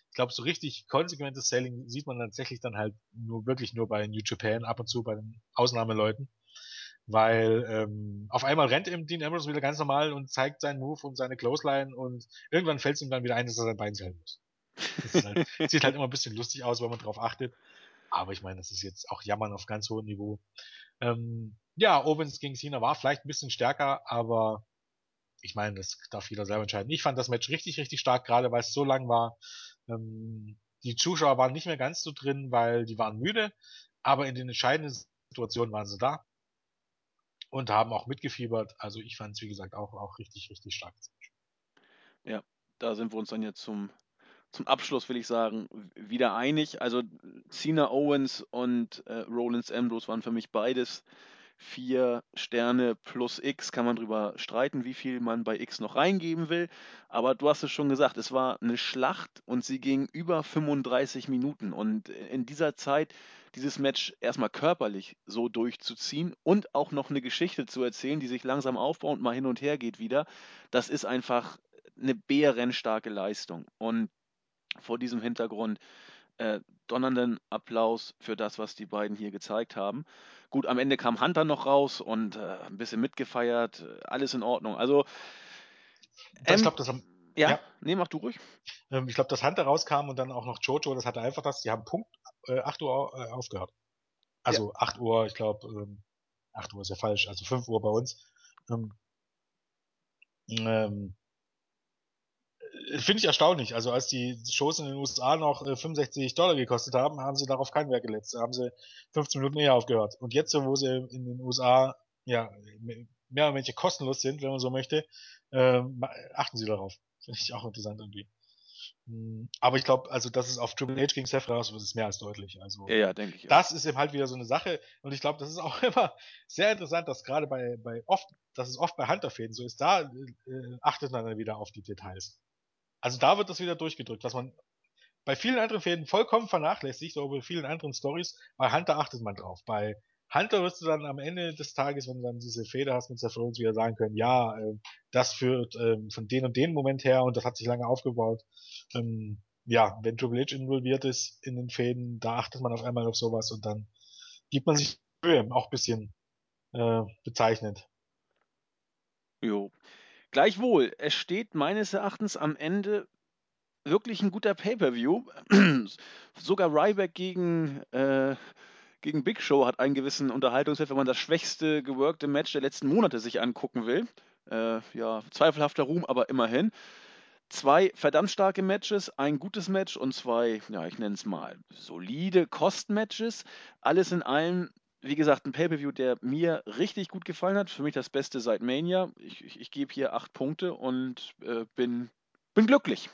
Ich glaube, so richtig konsequentes Selling sieht man tatsächlich dann halt wirklich nur bei New Japan, ab und zu bei den Ausnahmeleuten. Weil auf einmal rennt eben Dean Ambrose wieder ganz normal und zeigt seinen Move und seine Clothesline und irgendwann fällt es ihm dann wieder ein, dass er sein Bein zählen muss. Das ist halt, sieht halt immer ein bisschen lustig aus, wenn man drauf achtet. Aber ich meine, das ist jetzt auch Jammern auf ganz hohem Niveau. Ja, Owens gegen Cena war vielleicht ein bisschen stärker, aber ich meine, das darf jeder selber entscheiden. Ich fand das Match richtig, richtig stark, gerade weil es so lang war. Die Zuschauer waren nicht mehr ganz so drin, weil die waren müde, aber in den entscheidenden Situationen waren sie da und haben auch mitgefiebert. Also ich fand es, wie gesagt, auch richtig, richtig stark. Ja, da sind wir uns dann jetzt zum Abschluss, will ich sagen, wieder einig. Also Cena Owens und Rollins Ambrose waren für mich beides 4 Sterne plus X. Kann man drüber streiten, wie viel man bei X noch reingeben will. Aber du hast es schon gesagt, es war eine Schlacht und sie ging über 35 Minuten. Und in dieser Zeit dieses Match erstmal körperlich so durchzuziehen und auch noch eine Geschichte zu erzählen, die sich langsam aufbaut und mal hin und her geht wieder, das ist einfach eine bärenstarke Leistung. Und vor diesem Hintergrund äh, donnernden Applaus für das, was die beiden hier gezeigt haben. Gut, am Ende kam Hunter noch raus und ein bisschen mitgefeiert, alles in Ordnung. Also, Ich ähm, glaube, das haben, ja, ja, nee, mach du ruhig. ich glaube, dass Hunter rauskam und dann auch noch Jojo, das hatte einfach das, die haben Punkt 8 Uhr aufgehört. Ja, Also 8 Uhr, ich glaube, 8 Uhr ist ja falsch, also 5 Uhr bei uns. Ähm, ähm, Finde ich erstaunlich. Also als die Shows in den USA noch $65 gekostet haben, haben sie darauf keinen Wert gelegt. Da haben sie 15 Minuten eher aufgehört. Und jetzt, wo sie in den USA ja mehr oder weniger kostenlos sind, wenn man so möchte, achten sie darauf. Finde ich auch interessant irgendwie. Aber ich glaube, also dass es auf Triple H gegen Seth raus wird, ist mehr als deutlich. Also ja, ja, denke ich auch. das ist eben halt wieder so eine Sache. Und ich glaube, das ist auch immer sehr interessant, dass gerade dass es oft bei Hunter-Fäden so ist, da achtet man dann wieder auf die Details. Also da wird das wieder durchgedrückt, was man bei vielen anderen Fäden vollkommen vernachlässigt, oder bei vielen anderen Stories. Bei Hunter achtet man drauf. Bei Hunter wirst du dann am Ende des Tages, wenn du dann diese Fehde hast mit Seth Rollins, wieder sagen können, ja, das führt von den und den Moment her und das hat sich lange aufgebaut. Ja, wenn Triple H involviert ist in den Fäden, da achtet man auf einmal auf sowas und dann gibt man sich Mühe, auch ein bisschen bezeichnend. Jo. Gleichwohl, es steht meines Erachtens am Ende wirklich ein guter Pay-Per-View. Sogar Ryback gegen Big Show hat einen gewissen Unterhaltungswert, wenn man das schwächste geworkte Match der letzten Monate sich angucken will. Ja, zweifelhafter Ruhm, aber immerhin. 2 verdammt starke Matches, ein gutes Match und 2, ja, ich nenne es mal, solide Kost-Matches. Alles in allem, wie gesagt, ein Pay-Per-View, der mir richtig gut gefallen hat. Für mich das Beste seit Mania. Ich gebe hier 8 Punkte und bin glücklich.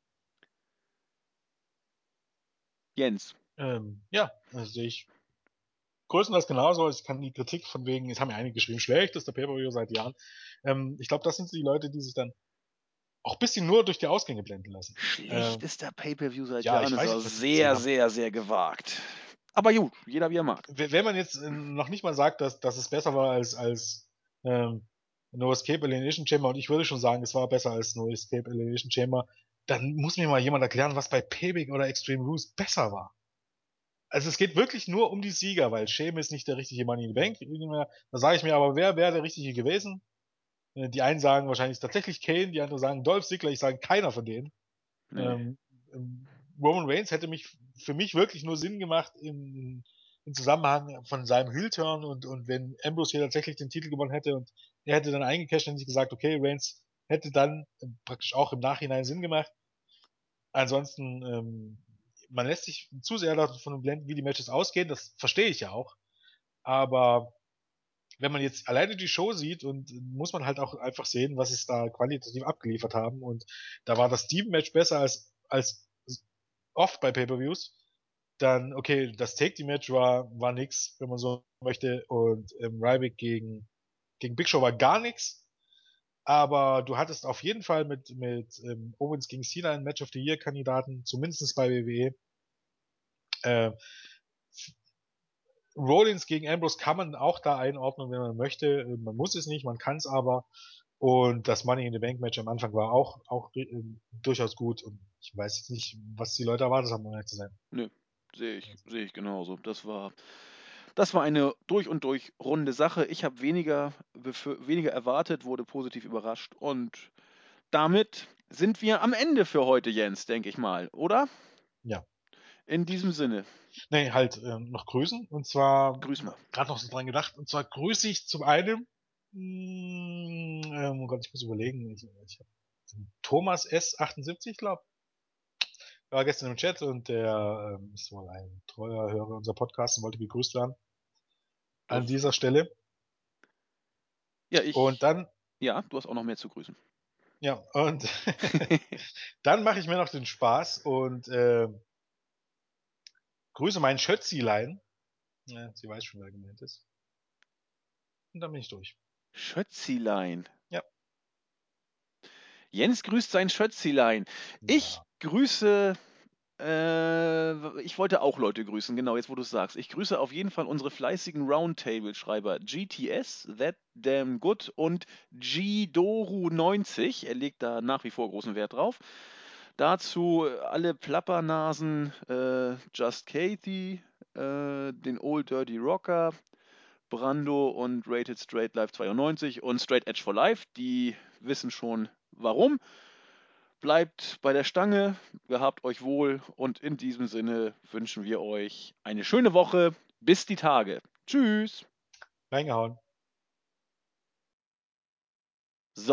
Jens. Ja, also sehe ich größtenteils genauso. Ich kann die Kritik von wegen, es haben ja einige geschrieben, schlechtester Pay-Per-View seit Jahren. Ich glaube, das sind so die Leute, die sich dann auch ein bisschen nur durch die Ausgänge blenden lassen. Schlechtester Pay-Per-View seit Ja, Jahren ich ist weiß auch nicht, was sie gesehen sehr, haben. sehr, sehr gewagt. Aber gut, jeder wie er mag. Wenn man jetzt noch nicht mal sagt, dass es besser war als No Escape Elimination Chamber, und ich würde schon sagen, es war besser als No Escape Elimination Chamber, dann muss mir mal jemand erklären, was bei Payback oder Extreme Rules besser war. Also es geht wirklich nur um die Sieger, weil Sheamus nicht der richtige Money in the Bank. Da sage ich mir aber, wer wäre der richtige gewesen? Die einen sagen wahrscheinlich tatsächlich Kane, die anderen sagen Dolph Ziggler, ich sage keiner von denen. Nee. Ähm, Roman Reigns hätte für mich wirklich nur Sinn gemacht im Zusammenhang von seinem Heel-Turn und wenn Ambrose hier tatsächlich den Titel gewonnen hätte und er hätte dann eingecasht und sich gesagt, okay, Reigns hätte dann praktisch auch im Nachhinein Sinn gemacht. Ansonsten, man lässt sich zu sehr davon blenden, wie die Matches ausgehen, das verstehe ich ja auch. Aber wenn man jetzt alleine die Show sieht und muss man halt auch einfach sehen, was es da qualitativ abgeliefert haben. Und da war das Team-Match besser als oft bei Pay-Per-Views. Dann, okay, das Take-Team-Match war nix, wenn man so möchte. Und Ryback gegen Big Show war gar nix. Aber du hattest auf jeden Fall mit Owens gegen Cena einen Match of the Year-Kandidaten, zumindest bei WWE. Äh, Rollins gegen Ambrose kann man auch da einordnen, wenn man möchte. Man muss es nicht, man kann es aber. Und das Money in the Bank Match am Anfang war auch durchaus gut. Und ich weiß jetzt nicht, was die Leute erwartet haben, um ehrlich zu sein. Nö, sehe ich genauso. Das war eine durch und durch runde Sache. Ich habe weniger erwartet, wurde positiv überrascht und damit sind wir am Ende für heute, Jens, denke ich mal, oder? Ja. In diesem Sinne, Nee, halt noch grüßen. Und zwar, grüß mal. gerade noch so dran gedacht, und zwar grüße ich zum einen, oh Gott, ich muss überlegen, ich hab Thomas S78, glaube war gestern im Chat und der ist wohl ein treuer Hörer unserer Podcasts und wollte gegrüßt werden Das an ist dieser gut. Stelle. Ja, Und dann, ja, du hast auch noch mehr zu grüßen. ja, und dann mache ich mir noch den Spaß und grüße meinen Schötzilein. Ja, sie weiß schon, wer gemeint ist. Und dann bin ich durch. Schötzilein. Ja, Jens grüßt sein Schötzilein. Ich ja. grüße, ich wollte auch Leute grüßen, genau, jetzt wo du es sagst. Ich grüße auf jeden Fall unsere fleißigen Roundtable-Schreiber GTS, That Damn Good und Gdoru90. Er legt da nach wie vor großen Wert drauf. Dazu alle Plappernasen, Just Kathy, den Old Dirty Rocker, Brando und Rated Straight Life 92 und Straight Edge for Life. Die wissen schon warum. Bleibt bei der Stange, gehabt euch wohl und in diesem Sinne wünschen wir euch eine schöne Woche. Bis die Tage. Tschüss. Reingehauen.